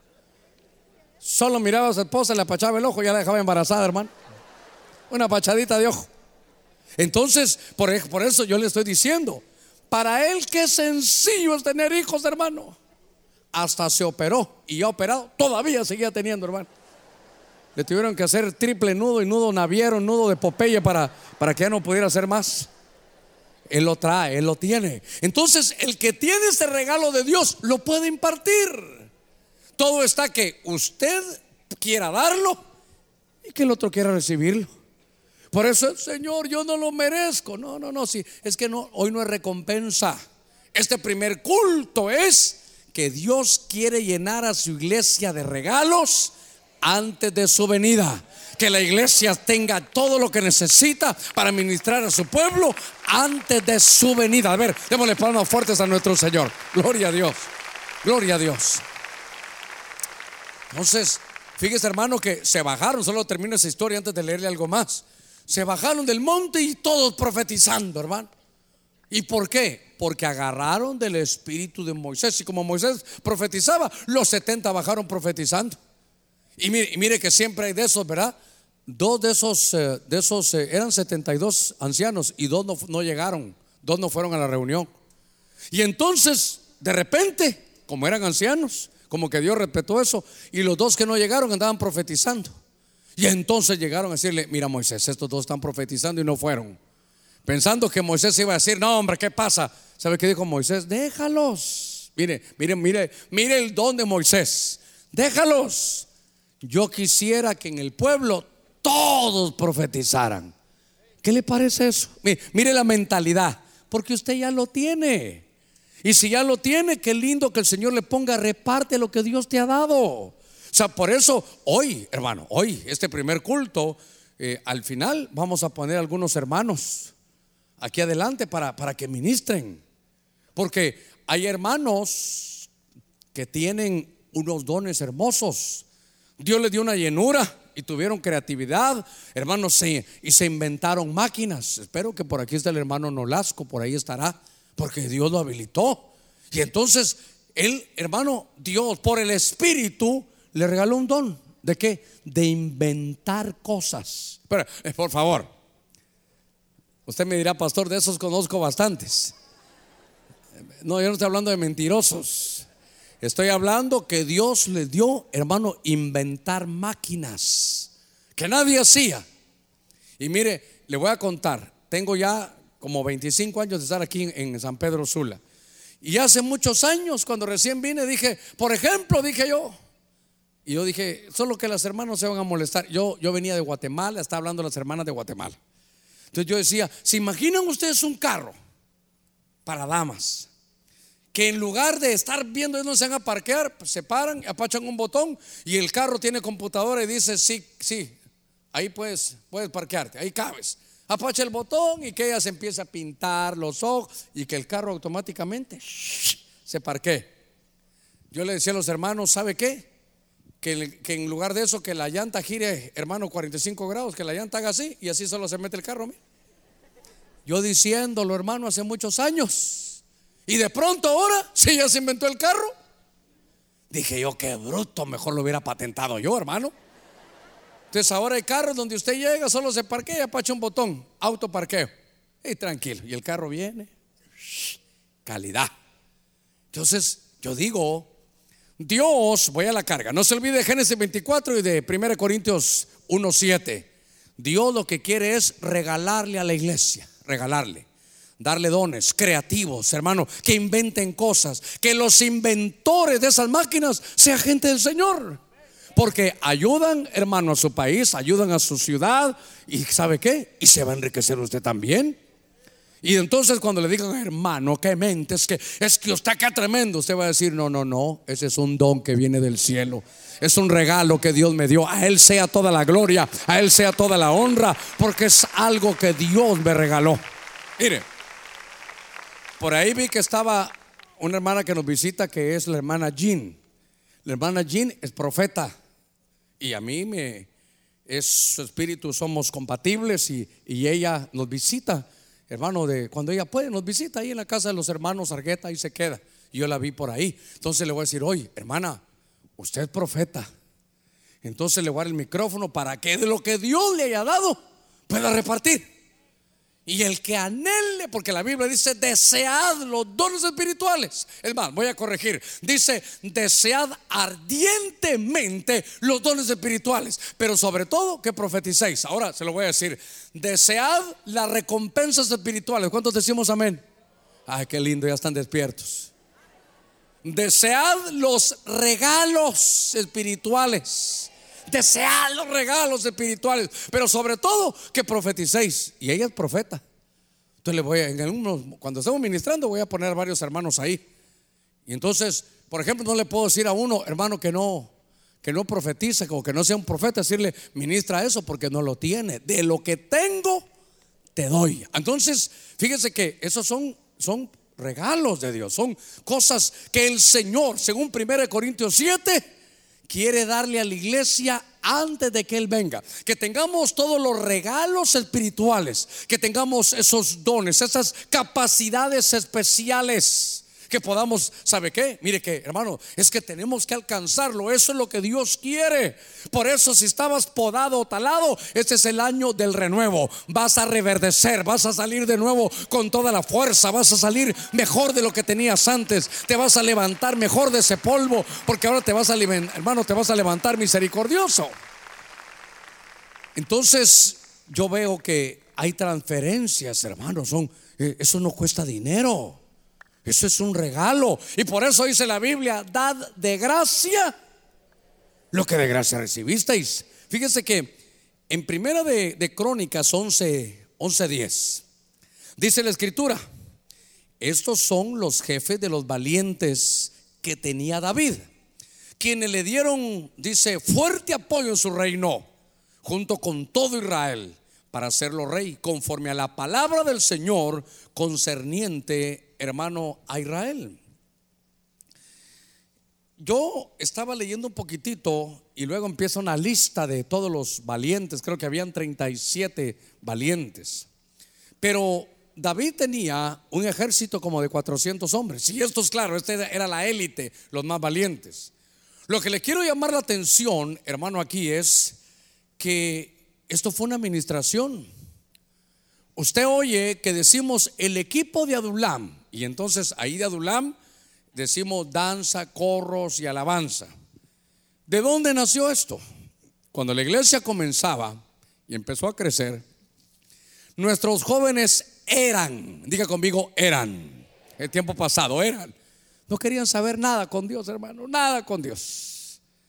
Solo miraba a su esposa, le apachaba el ojo, ya la dejaba embarazada, hermano. Una pachadita de ojo. Entonces, por eso yo le estoy diciendo, para él qué sencillo es tener hijos, hermano. Hasta se operó y ya operado, todavía seguía teniendo, hermano. Le tuvieron que hacer triple nudo y nudo naviero, nudo de Popeye para que ya no pudiera hacer más. Él lo trae, él lo tiene. Entonces, el que tiene este regalo de Dios lo puede impartir. Todo está que usted quiera darlo y que el otro quiera recibirlo. Por eso, Señor, yo no lo merezco. No, sí, es que no, hoy no es recompensa. Este primer culto es que Dios quiere llenar a su iglesia de regalos antes de su venida. Que la iglesia tenga todo lo que necesita para ministrar a su pueblo antes de su venida. A ver, démosle palmas fuertes a nuestro Señor. Gloria a Dios, gloria a Dios. Entonces, fíjese, hermano, que se bajaron. Solo termino esa historia antes de leerle algo más. Se bajaron del monte y todos profetizando, hermano. ¿Y por qué? Porque agarraron del espíritu de Moisés. Y como Moisés profetizaba, los 70 bajaron profetizando. Y mire que siempre hay de esos, ¿verdad? Dos de esos eran 72 ancianos y 2 no llegaron, 2 no fueron a la reunión. Y entonces, de repente, como eran ancianos, como que Dios respetó eso, y los 2 que no llegaron andaban profetizando. Y entonces llegaron a decirle, mira, Moisés, estos 2 están profetizando y no fueron. Pensando que Moisés iba a decir, no, hombre, ¿qué pasa? ¿Sabe qué dijo Moisés? Déjalos. Mire el don de Moisés. Déjalos. Yo quisiera que en el pueblo todos profetizaran. ¿Qué le parece eso? Mire la mentalidad, porque usted ya lo tiene. Y si ya lo tiene, qué lindo que el Señor le ponga, reparte lo que Dios te ha dado. O sea, por eso hoy, hermano, hoy, este primer culto, al final vamos a poner algunos hermanos aquí adelante para que ministren. Porque hay hermanos que tienen unos dones hermosos. Dios les dio una llenura y tuvieron creatividad, hermanos, y se inventaron máquinas. Espero que por aquí está el hermano Nolasco, por ahí estará, porque Dios lo habilitó. Y entonces él, hermano, Dios por el Espíritu le regaló un don. ¿De qué? De inventar cosas. Pero, por favor, usted me dirá, pastor, de esos conozco bastantes. No, yo no estoy hablando de mentirosos. Estoy hablando que Dios le dio, hermano, inventar máquinas que nadie hacía. Y mire, le voy a contar. Tengo ya como 25 años de estar aquí en San Pedro Sula. Y hace muchos años, cuando recién vine, dije, por ejemplo, dije yo, Y yo dije, solo que las hermanas se van a molestar. Yo venía de Guatemala, estaba hablando las hermanas de Guatemala. Entonces yo decía, ¿se imaginan ustedes un carro para damas? Que en lugar de estar viendo dónde se van a parquear, pues se paran, apachan un botón y el carro tiene computadora y dice, sí, ahí puedes parquearte, ahí cabes. Apacha el botón y que ella se empieza a pintar los ojos y que el carro automáticamente se parquee. Yo le decía a los hermanos, ¿sabe qué? Que en lugar de eso, que la llanta gire, hermano, 45 grados, que la llanta haga así y así solo se mete el carro. Yo diciéndolo, hermano, hace muchos años, y de pronto ahora, sí, ya se inventó el carro. Dije yo, qué bruto, mejor lo hubiera patentado yo, hermano. Entonces ahora hay carros donde usted llega, solo se parquea y apacha un botón, autoparqueo, y tranquilo, y el carro viene, calidad. Entonces yo digo, Dios, voy a la carga, no se olvide de Génesis 24 y de 1 Corintios 1:7. Dios lo que quiere es regalarle a la iglesia, regalarle, darle dones creativos, hermano, que inventen cosas, que los inventores de esas máquinas sean gente del Señor, porque ayudan, hermano, a su país, ayudan a su ciudad, y ¿sabe qué? Y se va a enriquecer usted también. Y entonces cuando le digan, hermano, qué mente, es que usted acá tremendo, usted va a decir, no, ese es un don que viene del cielo, es un regalo que Dios me dio. A Él sea toda la gloria, a Él sea toda la honra, porque es algo que Dios me regaló. Mire, por ahí vi que estaba una hermana que nos visita, que es la hermana Jean. La hermana Jean es profeta, y a mí es su espíritu, somos compatibles, y ella nos visita, hermano, cuando ella puede, nos visita ahí en la casa de los hermanos Argueta, y se queda. Y yo la vi por ahí. Entonces le voy a decir, oye, hermana, usted es profeta. Entonces le voy a dar el micrófono para que de lo que Dios le haya dado pueda repartir. Y el que anhele, porque la Biblia dice, desead los dones espirituales. Es más, voy a corregir, dice, desead ardientemente los dones espirituales, pero sobre todo que profeticéis. Ahora se lo voy a decir, desead las recompensas espirituales. ¿Cuántos decimos amén? Ay, qué lindo, ya están despiertos. Desead los regalos espirituales, desead los regalos espirituales, pero sobre todo que profeticéis. Y ella es profeta. Entonces le voy cuando estemos ministrando, voy a poner a varios hermanos ahí. Y entonces, por ejemplo, no le puedo decir a uno, hermano, que no profetice, o que no sea un profeta, decirle, ministra eso, porque no lo tiene. De lo que tengo te doy. Entonces, fíjese que esos son regalos de Dios, son cosas que el Señor, según 1 Corintios 7, quiere darle a la iglesia antes de que Él venga. Que tengamos todos los regalos espirituales, que tengamos esos dones, esas capacidades especiales, que podamos, ¿sabe qué? Mire que, hermano, es que tenemos que alcanzarlo. Eso es lo que Dios quiere. Por eso, si estabas podado o talado, este es el año del renuevo. Vas a reverdecer, vas a salir de nuevo con toda la fuerza, vas a salir mejor de lo que tenías antes, te vas a levantar mejor de ese polvo, porque ahora te vas a levantar misericordioso. Entonces yo veo que hay transferencias, hermanos, eso no cuesta dinero. Eso es un regalo. Y por eso dice la Biblia, dad de gracia lo que de gracia recibisteis. Fíjese que en primera de Crónicas 11:10 dice la escritura, estos son los jefes de los valientes que tenía David, quienes le dieron, dice, fuerte apoyo en su reino, junto con todo Israel, para hacerlo rey, conforme a la palabra del Señor concerniente, hermano, a Israel. Yo estaba leyendo un poquitito y luego empieza una lista de todos los valientes. Creo que habían 37 valientes, pero David tenía un ejército como de 400 hombres. Y esto es claro, era la élite, los más valientes. Lo que le quiero llamar la atención, hermano, aquí es que esto fue una administración. Usted oye que decimos el equipo de Adulam, y entonces ahí de Adulam decimos danza, corros y alabanza. ¿De dónde nació esto? Cuando la iglesia comenzaba y empezó a crecer, nuestros jóvenes diga conmigo, eran, el tiempo pasado eran, no querían saber nada con Dios, hermano, nada con Dios.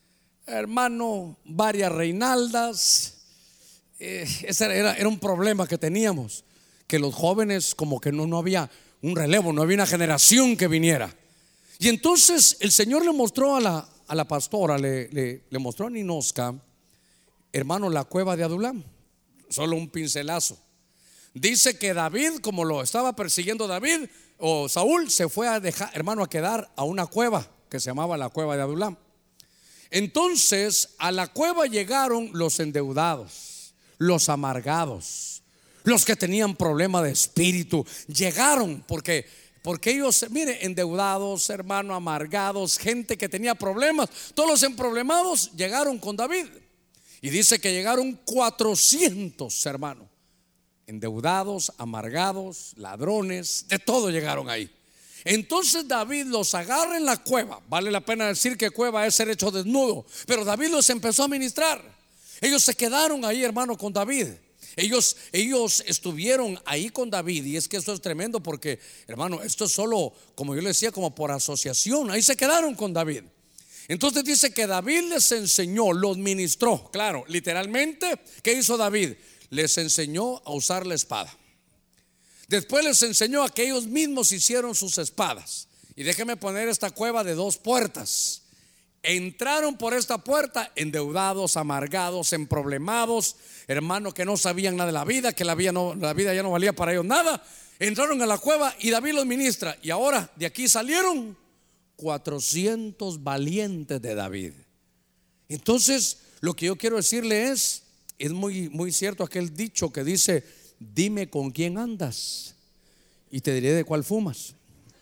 hermano, varias reinaldas. Ese era un problema que teníamos, que los jóvenes como que no había un relevo, no había una generación que viniera. Y entonces el Señor le mostró a la pastora, le mostró a Ninosca, hermano, la cueva de Adulam. Solo un pincelazo. Dice que David, como lo estaba persiguiendo David o Saúl, se fue a dejar, hermano, a quedar a una cueva que se llamaba la cueva de Adulam. Entonces a la cueva llegaron los endeudados, los amargados, los que tenían problema de espíritu. Llegaron porque ellos, mire, endeudados, hermano, amargados, gente que tenía problemas, todos los emproblemados llegaron con David. Y dice que llegaron 400, hermano, endeudados, amargados, ladrones, de todo llegaron ahí. Entonces David los agarra en la cueva. Vale la pena decir que cueva es ser hecho desnudo, pero David los empezó a ministrar. Ellos se quedaron ahí, hermano, con David. Ellos estuvieron ahí con David. Y es que esto es tremendo porque, hermano, esto es solo, como yo le decía, como por asociación. Ahí se quedaron con David. Entonces dice que David les enseñó, los ministró. Claro, literalmente, ¿qué hizo David? Les enseñó a usar la espada. Después les enseñó a que ellos mismos hicieron sus espadas. Y déjeme poner esta cueva de 2 puertas. Entraron por esta puerta endeudados, amargados, emproblemados, hermano, que no sabían nada de la vida, que la vida ya no valía para ellos nada. Entraron a la cueva y David los ministra. Y ahora de aquí salieron 400 valientes de David. Entonces lo que yo quiero decirle es muy, muy cierto aquel dicho que dice: dime con quién andas y te diré de cuál fumas.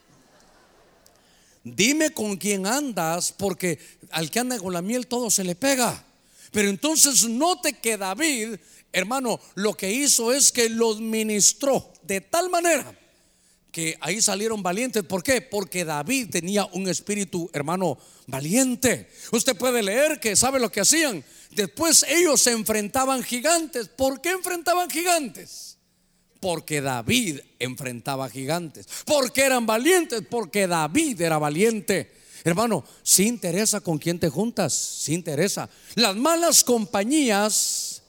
Dime con quién andas, porque al que anda con la miel todo se le pega. Pero entonces note que David, hermano, lo que hizo es que los ministró de tal manera que ahí salieron valientes. ¿Por qué? Porque David tenía un espíritu, hermano, valiente. Usted puede leer que sabe lo que hacían. Después ellos se enfrentaban gigantes. ¿Por qué enfrentaban gigantes? Porque David enfrentaba gigantes. ¿Por qué eran valientes? Porque David era valiente. Hermano, sí interesa con quién te juntas, sí interesa. Las malas compañías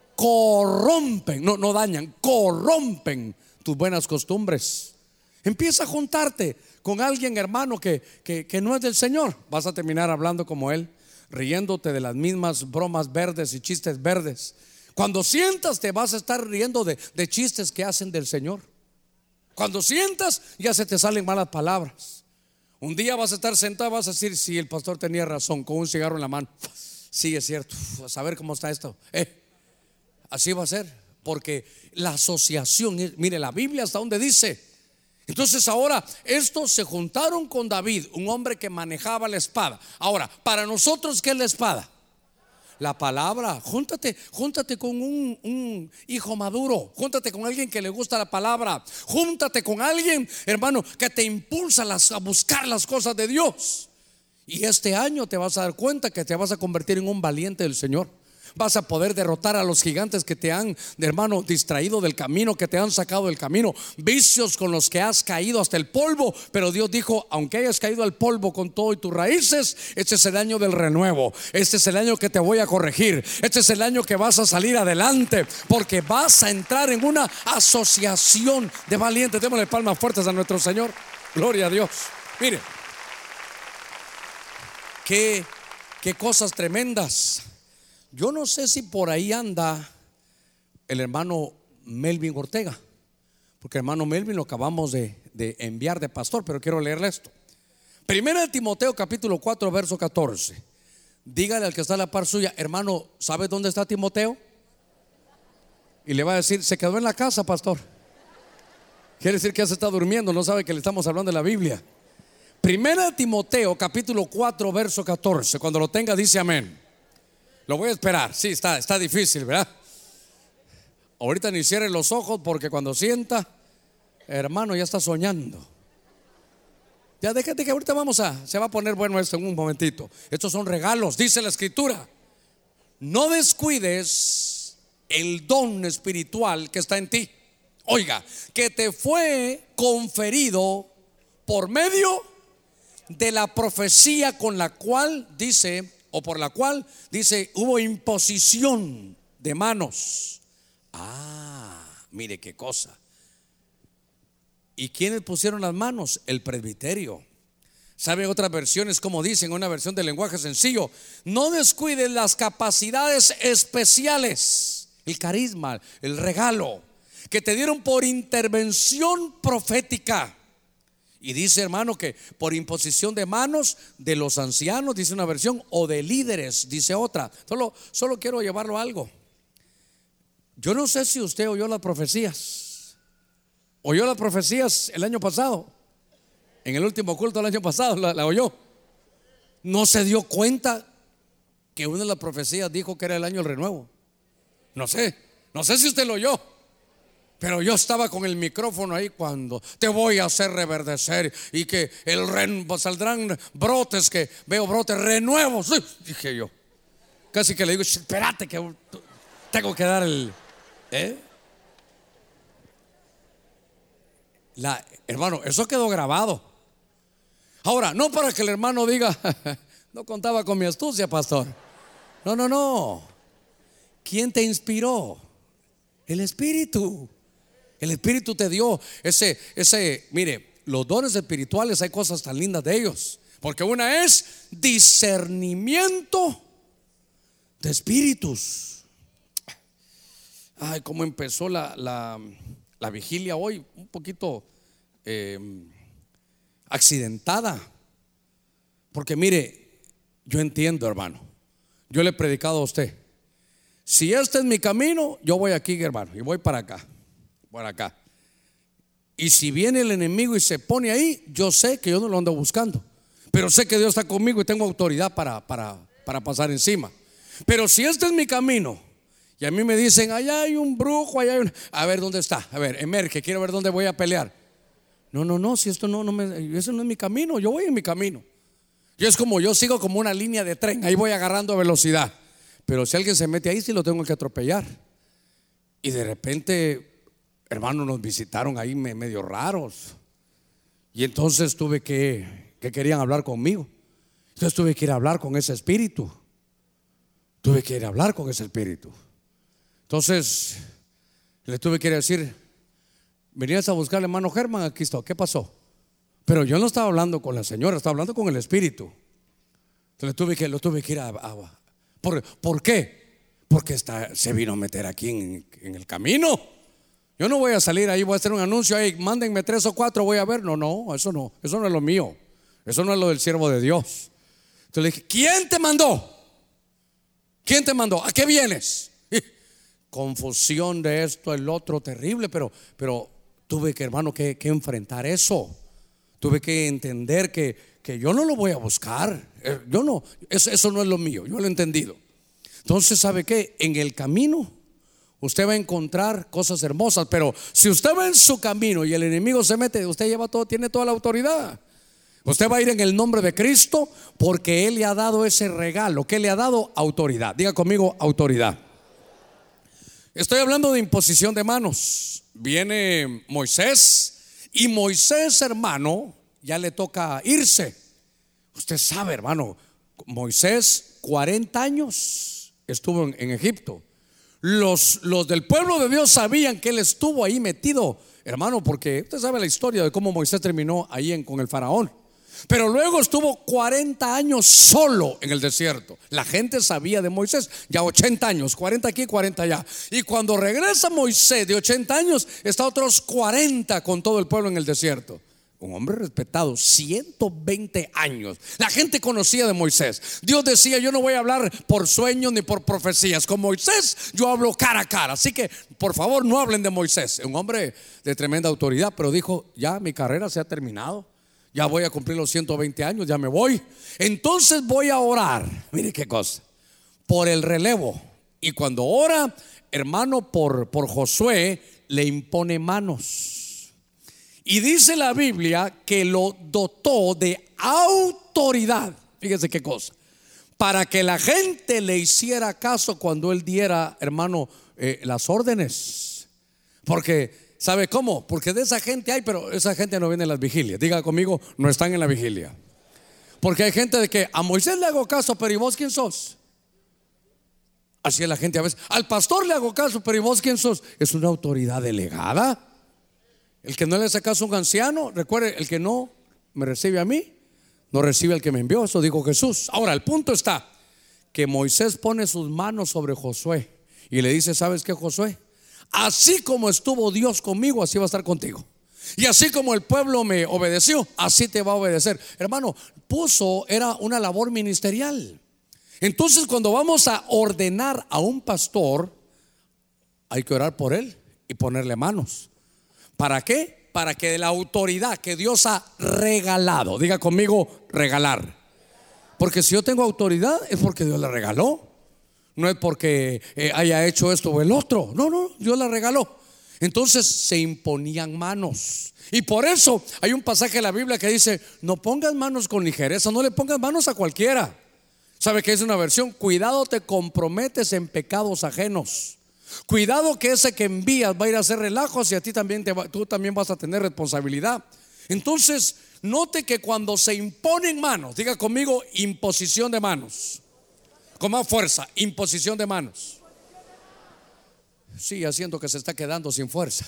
corrompen, no dañan, corrompen tus buenas costumbres. Empieza a juntarte con alguien, hermano, que no es del Señor. Vas a terminar hablando como él, riéndote de las mismas bromas verdes y chistes verdes. Cuando sientas, te vas a estar riendo de chistes que hacen del Señor. Cuando sientas, ya se te salen malas palabras. Un día vas a estar sentado, vas a decir: sí, el pastor tenía razón, con un cigarro en la mano. Sí, es cierto, a saber cómo está esto. Así va a ser, porque la asociación, mire, la Biblia hasta donde dice. Entonces ahora estos se juntaron con David, un hombre que manejaba la espada. Ahora, para nosotros, ¿qué es la espada? La palabra. Júntate con un hijo maduro. Júntate con alguien que le gusta la palabra. Júntate con alguien, hermano, que te impulsa a buscar las cosas de Dios. Y este año te vas a dar cuenta que te vas a convertir en un valiente del Señor. Vas a poder derrotar a los gigantes que te han, hermano, distraído del camino, que te han sacado del camino, vicios con los que has caído hasta el polvo. Pero Dios dijo: aunque hayas caído al polvo con todo y tus raíces, este es el año del renuevo. Este es el año que te voy a corregir. Este es el año que vas a salir adelante, porque vas a entrar en una asociación de valientes. Démosle palmas fuertes a nuestro Señor. Gloria a Dios. Mire, qué cosas tremendas. Yo no sé si por ahí anda el hermano Melvin Ortega, porque el hermano Melvin lo acabamos de enviar de pastor, pero quiero leerle esto. Primera de Timoteo capítulo 4 verso 14. Dígale al que está a la par suya: hermano, ¿sabe dónde está Timoteo? Y le va a decir: se quedó en la casa, pastor. Quiere decir que ya se está durmiendo, no sabe que le estamos hablando de la Biblia. Primera de Timoteo capítulo 4 verso 14. Cuando lo tenga dice amén. Lo voy a esperar. Sí, está difícil, ¿verdad? Ahorita ni cierre los ojos, porque cuando sienta, hermano, ya está soñando. Ya déjate que ahorita se va a poner bueno esto en un momentito. Estos son regalos, dice la Escritura. No descuides el don espiritual que está en ti. Oiga, que te fue conferido por medio de la profecía, con la cual, dice, o por la cual, dice, hubo imposición de manos. Mire qué cosa. ¿Y quiénes pusieron las manos? El presbiterio. ¿Sabe otras versiones como dicen? Una versión de lenguaje sencillo: no descuides las capacidades especiales, el carisma, el regalo que te dieron por intervención profética. Y dice, hermano, que por imposición de manos de los ancianos, dice una versión, o de líderes, dice otra. Solo quiero llevarlo a algo. Yo no sé si usted oyó las profecías. ¿Oyó las profecías el año pasado? En el último culto del año pasado, ¿la oyó? ¿No se dio cuenta que una de las profecías dijo que era el año del renuevo? No sé si usted lo oyó. Pero yo estaba con el micrófono ahí cuando te voy a hacer reverdecer y que saldrán brotes, que veo brotes renuevos. Dije yo, casi que le digo, espérate que tengo que dar el... Hermano, eso quedó grabado. Ahora, no para que el hermano diga, no contaba con mi astucia, pastor. No. ¿Quién te inspiró? El Espíritu. El Espíritu te dio mire, los dones espirituales, hay cosas tan lindas de ellos, porque una es discernimiento de espíritus. Ay, cómo empezó la vigilia hoy, un poquito accidentada. Porque mire, yo entiendo, hermano, yo le he predicado a usted: si este es mi camino, yo voy aquí, hermano, y voy para acá, por acá. Y si viene el enemigo y se pone ahí, yo sé que yo no lo ando buscando, pero sé que Dios está conmigo y tengo autoridad para pasar encima. Pero si este es mi camino y a mí me dicen, allá hay un brujo, allá hay un... A ver, ¿dónde está? A ver, emerge, quiero ver dónde voy a pelear. No, si esto eso no es mi camino, yo voy en mi camino. Yo es como, yo sigo como una línea de tren, ahí voy agarrando velocidad. Pero si alguien se mete ahí, sí lo tengo que atropellar. Y de repente, hermanos, nos visitaron ahí medio raros. Y entonces tuve que querían hablar conmigo. Entonces tuve que ir a hablar con ese espíritu. Entonces le tuve que ir a decir, venías a buscar al hermano Germán, aquí está, ¿qué pasó? Pero yo no estaba hablando con la señora, estaba hablando con el espíritu. Entonces lo tuve que ir a ¿por qué? Porque se vino a meter aquí en el camino. Yo no voy a salir ahí, voy a hacer un anuncio ahí, mándenme 3 o 4, voy a ver. No, eso no es lo mío. Eso no es lo del siervo de Dios. Entonces le dije, ¿quién te mandó? ¿A qué vienes? Confusión de esto, el otro, terrible. Pero tuve que, hermano, que enfrentar eso. Tuve que entender que yo no lo voy a buscar. Eso no es lo mío, yo lo he entendido. Entonces, ¿sabe qué? En el camino usted va a encontrar cosas hermosas, pero si usted va en su camino y el enemigo se mete, usted tiene toda la autoridad. Usted va a ir en el nombre de Cristo, porque Él le ha dado ese regalo. ¿Qué le ha dado? Autoridad. Diga conmigo, autoridad. Estoy hablando de imposición de manos. Viene Moisés, y Moisés, hermano, ya le toca irse. Usted sabe, hermano, Moisés 40 años estuvo en Egipto. Los del pueblo de Dios sabían que él estuvo ahí metido, hermano, porque usted sabe la historia de cómo Moisés terminó ahí con el faraón. Pero luego estuvo 40 años solo en el desierto. La gente sabía de Moisés, ya 80 años, 40 aquí, 40 allá. Y cuando regresa Moisés de 80 años, está otros 40 con todo el pueblo en el desierto. Un hombre respetado, 120 años. La gente conocía de Moisés. Dios decía, yo no voy a hablar por sueños ni por profecías. Con Moisés yo hablo cara a cara. Así que por favor no hablen de Moisés. Un hombre de tremenda autoridad, pero dijo, ya mi carrera se ha terminado. Ya voy a cumplir los 120 años, ya me voy. Entonces voy a orar, mire qué cosa, por el relevo. Y cuando ora, hermano, por Josué, le impone manos. Y dice la Biblia que lo dotó de autoridad. Fíjese qué cosa. Para que la gente le hiciera caso cuando él diera, hermano, las órdenes. Porque ¿sabe cómo? Porque de esa gente hay, pero esa gente no viene en las vigilias. Diga conmigo, no están en la vigilia. Porque hay gente de que a Moisés le hago caso, pero ¿y vos quién sos? Así es la gente a veces. Al pastor le hago caso, pero ¿y vos quién sos? Es una autoridad delegada. El que no le hace caso a un anciano, recuerde, el que no me recibe a mí, no recibe al que me envió. Eso dijo Jesús. Ahora, el punto está que Moisés pone sus manos sobre Josué y le dice: ¿sabes qué, Josué? Así como estuvo Dios conmigo, así va a estar contigo. Y así como el pueblo me obedeció, así te va a obedecer. Hermano, era una labor ministerial. Entonces, cuando vamos a ordenar a un pastor, hay que orar por él y ponerle manos. ¿Para qué? Para que de la autoridad que Dios ha regalado, diga conmigo, regalar. Porque si yo tengo autoridad es porque Dios la regaló. No es porque haya hecho esto o el otro. No, Dios la regaló. Entonces se imponían manos. Y por eso hay un pasaje de la Biblia que dice: no pongas manos con ligereza, no le pongas manos a cualquiera. ¿Sabe qué es una versión? Cuidado, te comprometes en pecados ajenos. Cuidado que ese que envías va a ir a hacer relajos y a ti también tú también vas a tener responsabilidad. Entonces, note que cuando se imponen manos, diga conmigo, imposición de manos. Con más fuerza, imposición de manos. Sí, ya siento que se está quedando sin fuerza.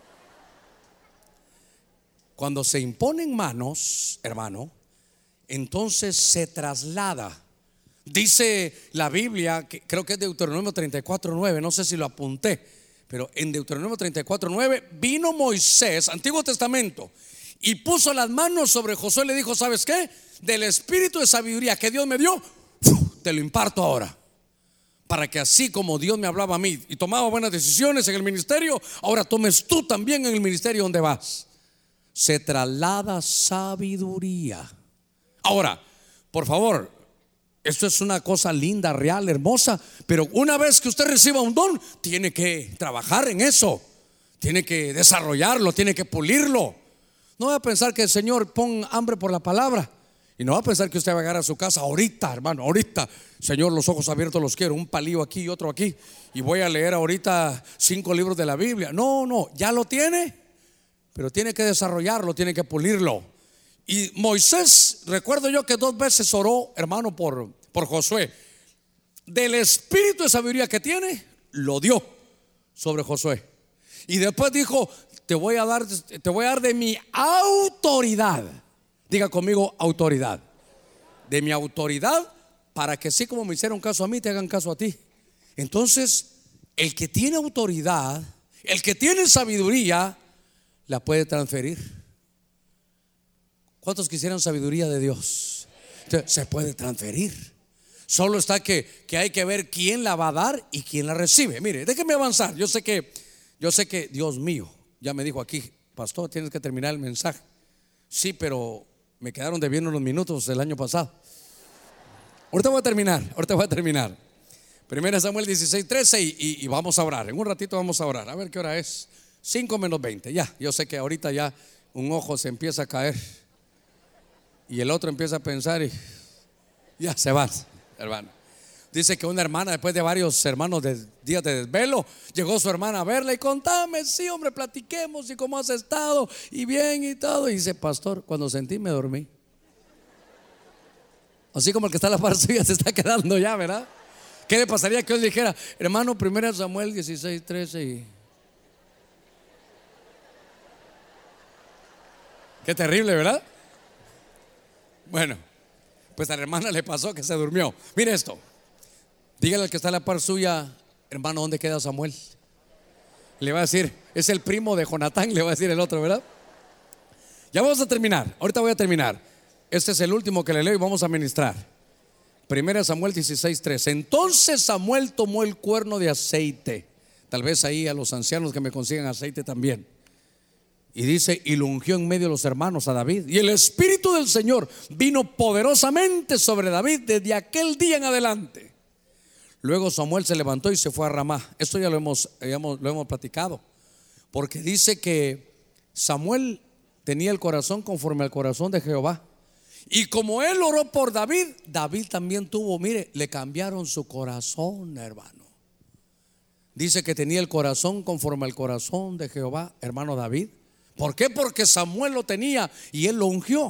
Cuando se imponen manos, hermano, entonces se traslada. Dice la Biblia, que creo que es Deuteronomio 34:9, no sé si lo apunté, pero en Deuteronomio 34:9 vino Moisés, Antiguo Testamento, y puso las manos sobre Josué y le dijo: ¿sabes qué? Del espíritu de sabiduría que Dios me dio, te lo imparto ahora, para que así como Dios me hablaba a mí y tomaba buenas decisiones en el ministerio, ahora tomes tú también en el ministerio donde vas. Se traslada sabiduría. Ahora, por favor, esto es una cosa linda, real, hermosa, pero una vez que usted reciba un don, tiene que trabajar en eso, tiene que desarrollarlo, tiene que pulirlo. No va a pensar que el Señor pon hambre por la palabra, y no va a pensar que usted va a llegar a su casa ahorita, hermano, ahorita: Señor, los ojos abiertos los quiero, un palillo aquí y otro aquí, y voy a leer ahorita 5 libros de la Biblia. No, ya lo tiene, pero tiene que desarrollarlo, tiene que pulirlo. Y Moisés, recuerdo yo que 2 veces oró, hermano, por Josué. Del espíritu de sabiduría que tiene, lo dio sobre Josué. Y después dijo: te voy a dar de mi autoridad. Diga conmigo, autoridad. De mi autoridad, para que así como me hicieron caso a mí, te hagan caso a ti. Entonces, el que tiene autoridad, el que tiene sabiduría, la puede transferir. ¿Cuántos quisieran sabiduría de Dios? Se puede transferir. Solo está que hay que ver quién la va a dar y quién la recibe. Mire, déjeme avanzar. Yo sé que Dios mío, ya me dijo aquí: pastor, tienes que terminar el mensaje. Sí, pero me quedaron debiendo unos minutos del año pasado. Ahorita voy a terminar. 1 Samuel 16:13 y vamos a orar. En un ratito vamos a orar. A ver qué hora es. 5:20. Ya, yo sé que ahorita ya un ojo se empieza a caer y el otro empieza a pensar y ya se va, hermano. Dice que una hermana, después de varios hermanos de días de desvelo, llegó su hermana a verla y: contame, sí, hombre, platiquemos y cómo has estado y bien y todo. Y dice: pastor, cuando sentí me dormí. Así como el que está a la par suya se está quedando ya, ¿verdad? ¿Qué le pasaría que hoy dijera: hermano, 1 Samuel 16:13 y... Qué terrible, ¿verdad? Bueno, pues a la hermana le pasó que se durmió. Mire esto. Dígale al que está a la par suya: hermano, ¿dónde queda Samuel? Le va a decir: es el primo de Jonatán, le va a decir el otro, ¿verdad? Ya vamos a terminar, ahorita voy a terminar. Este es el último que le leo y vamos a ministrar. 1 Samuel 16:3. Entonces Samuel tomó el cuerno de aceite. Tal vez ahí a los ancianos que me consigan aceite también. Y dice: y lo ungió en medio de los hermanos a David. Y el espíritu del Señor vino poderosamente sobre David desde aquel día en adelante. Luego Samuel se levantó y se fue a Ramá. Esto ya lo hemos platicado. Porque dice que Samuel tenía el corazón conforme al corazón de Jehová. Y como él oró por David, David también tuvo, mire, le cambiaron su corazón, hermano. Dice que tenía el corazón conforme al corazón de Jehová, hermano David. ¿Por qué? Porque Samuel lo tenía y él lo ungió.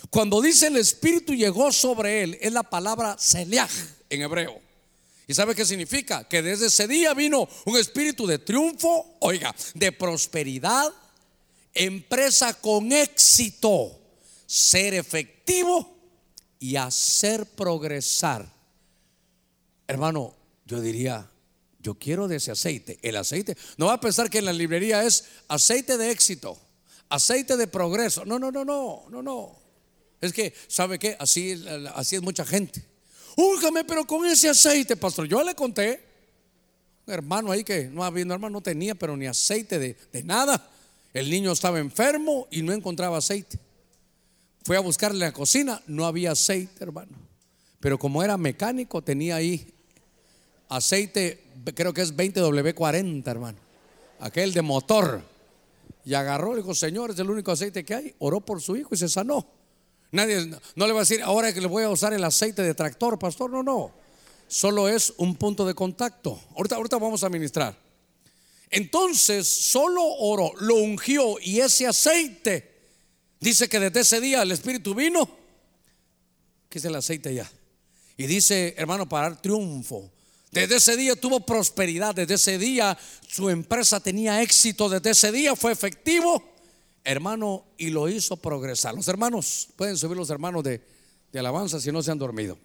Cuando dice el Espíritu llegó sobre él, es la palabra seliach en hebreo. ¿Y sabe qué significa? Que desde ese día vino un espíritu de triunfo, oiga, de prosperidad, empresa con éxito, ser efectivo y hacer progresar. Hermano, yo diría, yo quiero de ese aceite. El aceite, no va a pensar que en la librería es aceite de éxito, aceite de progreso. No. Es que, ¿sabe qué? Así es mucha gente. Úlgame, pero con ese aceite, pastor. Yo le conté un hermano ahí que no había, hermano, no tenía, pero ni aceite de nada. El niño estaba enfermo y no encontraba aceite. Fue a buscarle en la cocina, no había aceite, hermano. Pero como era mecánico, tenía ahí aceite, creo que es 20W40, hermano, aquel de motor. Y agarró, le dijo, Señor, es el único aceite que hay. Oró por su hijo y se sanó. Nadie, no le va a decir, ahora que le voy a usar el aceite de tractor, pastor. No, solo es un punto de contacto. Ahorita vamos a ministrar. Entonces solo oró, lo ungió, y ese aceite, dice que desde ese día el Espíritu vino, que es el aceite ya. Y dice, hermano, para dar triunfo. Desde ese día tuvo prosperidad, desde ese día su empresa tenía éxito, desde ese día fue efectivo, hermano, y lo hizo progresar. Los hermanos, pueden subir los hermanos de alabanza si no se han dormido.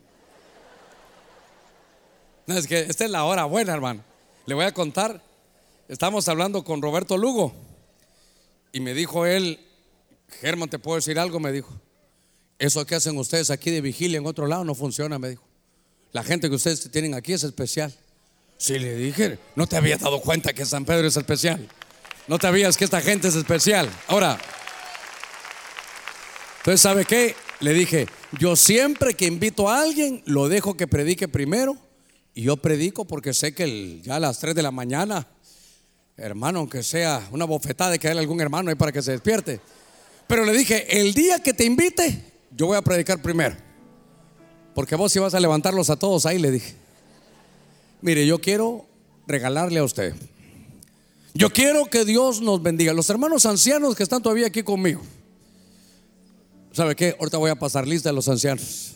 No, es que esta es la hora buena, hermano. Le voy a contar, estamos hablando con Roberto Lugo y me dijo él, Germán, ¿te puedo decir algo? Me dijo, eso que hacen ustedes aquí de vigilia en otro lado no funciona, me dijo. La gente que ustedes tienen aquí es especial. Sí, le dije, no te habías dado cuenta que San Pedro es especial. No sabías que esta gente es especial. Ahora, entonces, ¿sabe qué? Le dije, yo siempre que invito a alguien lo dejo que predique primero. Y yo predico porque sé que ya a las 3 de la mañana, hermano, aunque sea una bofetada de que haya algún hermano ahí para que se despierte. Pero le dije, el día que te invite, yo voy a predicar primero, porque vos si vas a levantarlos a todos ahí, le dije. Mire, yo quiero regalarle a usted. Yo quiero que Dios nos bendiga. Los hermanos ancianos que están todavía aquí conmigo, ¿sabe qué? Ahorita voy a pasar lista de los ancianos.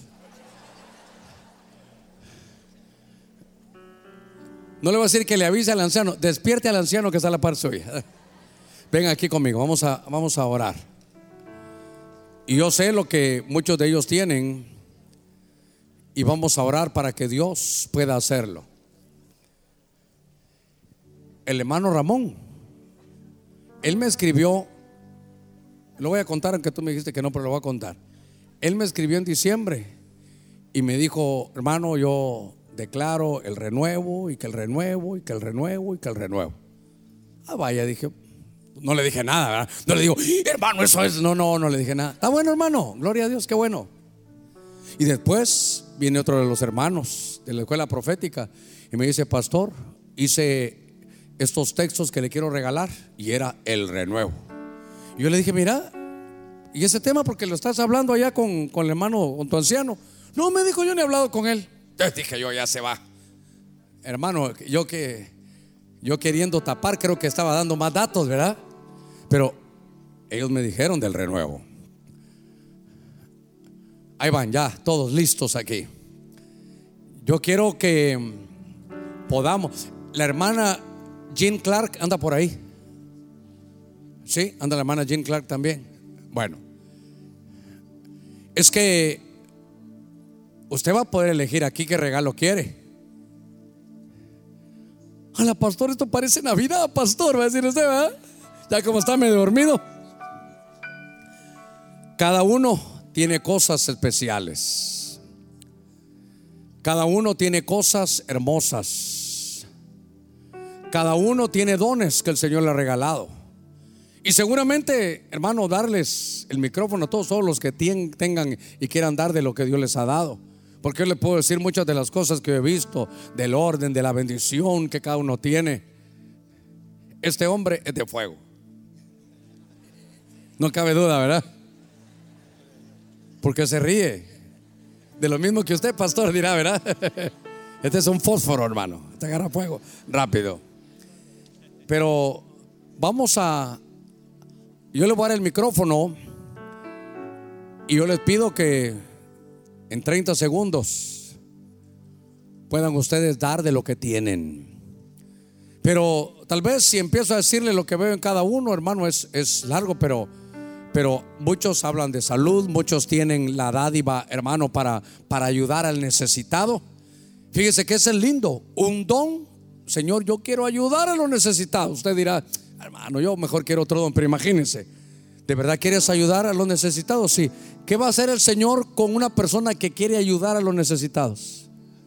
No le voy a decir que le avise al anciano, despierte al anciano que está a la par suya. Ven aquí conmigo, vamos a orar. Y yo sé lo que muchos de ellos tienen, y vamos a orar para que Dios pueda hacerlo. El hermano Ramón, él me escribió, lo voy a contar aunque tú me dijiste que no, pero lo voy a contar. Él me escribió en diciembre y me dijo, hermano, yo declaro el renuevo, y que el renuevo, y que el renuevo, y que el renuevo. Ah, vaya, dije, no le dije nada, ¿verdad? No le digo, hermano, eso es, no le dije nada. Está bueno, hermano, gloria a Dios, qué bueno. Y después viene otro de los hermanos de la escuela profética y me dice, pastor, hice estos textos que le quiero regalar, y era el renuevo. Y yo le dije, mira, y ese tema porque lo estás hablando allá con el hermano, con tu anciano. No, me dijo, yo no he hablado con él. Entonces dije yo, ya se va. Hermano, yo queriendo tapar, creo que estaba dando más datos, ¿verdad? Pero ellos me dijeron del renuevo. Ahí van ya, todos listos aquí. Yo quiero que podamos. La hermana Jean Clark anda por ahí. Sí, anda la hermana Jean Clark también. Bueno, es que usted va a poder elegir aquí qué regalo quiere. A la pastor, esto parece Navidad, pastor, va a decir usted, ¿verdad? Ya como está medio dormido. Cada uno tiene cosas especiales. Cada uno tiene cosas hermosas. Cada uno tiene dones que el Señor le ha regalado. Y seguramente, hermano, darles el micrófono a todos los que tengan y quieran dar de lo que Dios les ha dado. Porque yo le puedo decir muchas de las cosas que he visto, del orden, de la bendición que cada uno tiene. Este hombre es de fuego. No cabe duda, ¿verdad? Porque se ríe de lo mismo que usted, pastor, dirá, ¿verdad? Este es un fósforo, hermano. Este agarra fuego rápido. Pero yo le voy a dar el micrófono Y yo les pido que en 30 segundos puedan ustedes dar de lo que tienen. Pero tal vez si empiezo a decirle lo que veo en cada uno, hermano, es largo, pero muchos hablan de salud, muchos tienen la dádiva, hermano, para ayudar al necesitado. Fíjese que es el lindo, un don. Señor, yo quiero ayudar a los necesitados. Usted dirá, hermano, yo mejor quiero otro don, pero imagínense, ¿de verdad quieres ayudar a los necesitados? Sí. ¿Qué va a hacer el Señor con una persona que quiere ayudar a los necesitados?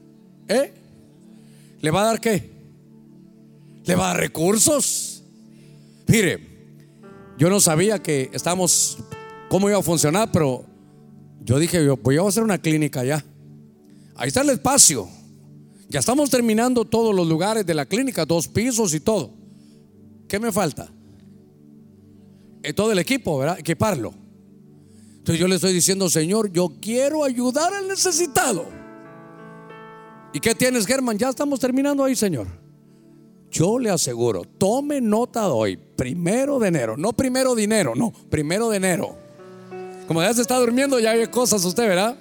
¿Le va a dar qué? ¿Le va a dar recursos? Mire, yo no sabía que estábamos, cómo iba a funcionar, pero yo dije, voy a hacer una clínica allá. Ahí está el espacio. Ya estamos terminando todos los lugares de la clínica, 2 pisos y todo. ¿Qué me falta? Todo el equipo, ¿verdad? Equiparlo. Entonces yo le estoy diciendo, Señor, yo quiero ayudar al necesitado. ¿Y qué tienes, Germán? Ya estamos terminando ahí, Señor. Yo le aseguro, tome nota de hoy, 1 de enero, no primero dinero, no, 1 de enero. Como ya se está durmiendo, ya hay cosas usted, ¿verdad?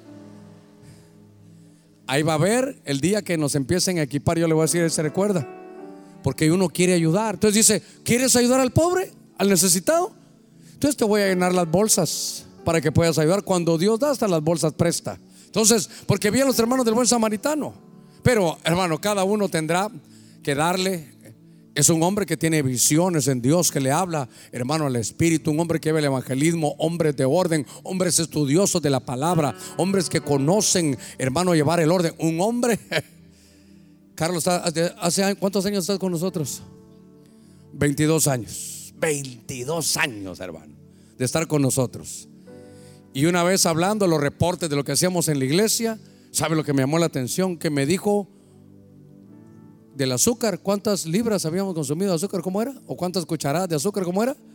Ahí va a ver el día que nos empiecen a equipar. Yo le voy a decir, ¿se recuerda? Porque uno quiere ayudar. Entonces dice, ¿quieres ayudar al pobre, al necesitado? Entonces te voy a llenar las bolsas para que puedas ayudar. Cuando Dios da, hasta las bolsas presta. Entonces, porque vi a los hermanos del buen samaritano. Pero, hermano, cada uno tendrá que darle. Es un hombre que tiene visiones en Dios, que le habla, hermano, al Espíritu. Un hombre que lleva el evangelismo, hombres de orden, hombres estudiosos de la palabra, hombres que conocen, hermano, llevar el orden. Un hombre, Carlos, ¿hace cuántos años estás con nosotros? 22 años. 22 años, hermano, de estar con nosotros. Y una vez hablando los reportes de lo que hacíamos en la iglesia, ¿sabe lo que me llamó la atención? Que me dijo del azúcar, ¿cuántas libras habíamos consumido de azúcar? ¿Cómo era? ¿O cuántas cucharadas de azúcar? ¿Cómo era?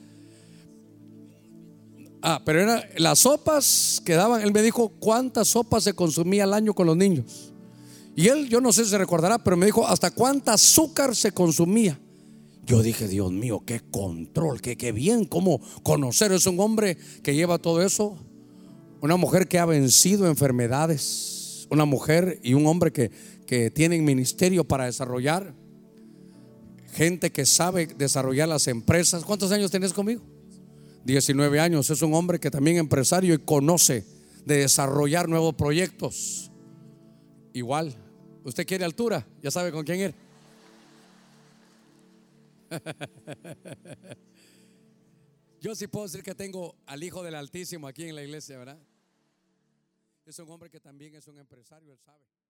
Pero era las sopas que daban. Él me dijo cuántas sopas se consumía al año con los niños. Y él, yo no sé si se recordará, pero me dijo hasta cuánta azúcar se consumía. Yo dije, Dios mío, qué control, qué bien, cómo conocer. Es un hombre que lleva todo eso. Una mujer que ha vencido enfermedades. Una mujer y un hombre que tienen ministerio para desarrollar. Gente que sabe desarrollar las empresas. ¿Cuántos años tenés conmigo? 19 años. Es un hombre que también es empresario y conoce de desarrollar nuevos proyectos. Igual, usted quiere altura, ya sabe con quién ir. Yo sí puedo decir que tengo al Hijo del Altísimo aquí en la iglesia, ¿verdad? Es un hombre que también es un empresario, él sabe.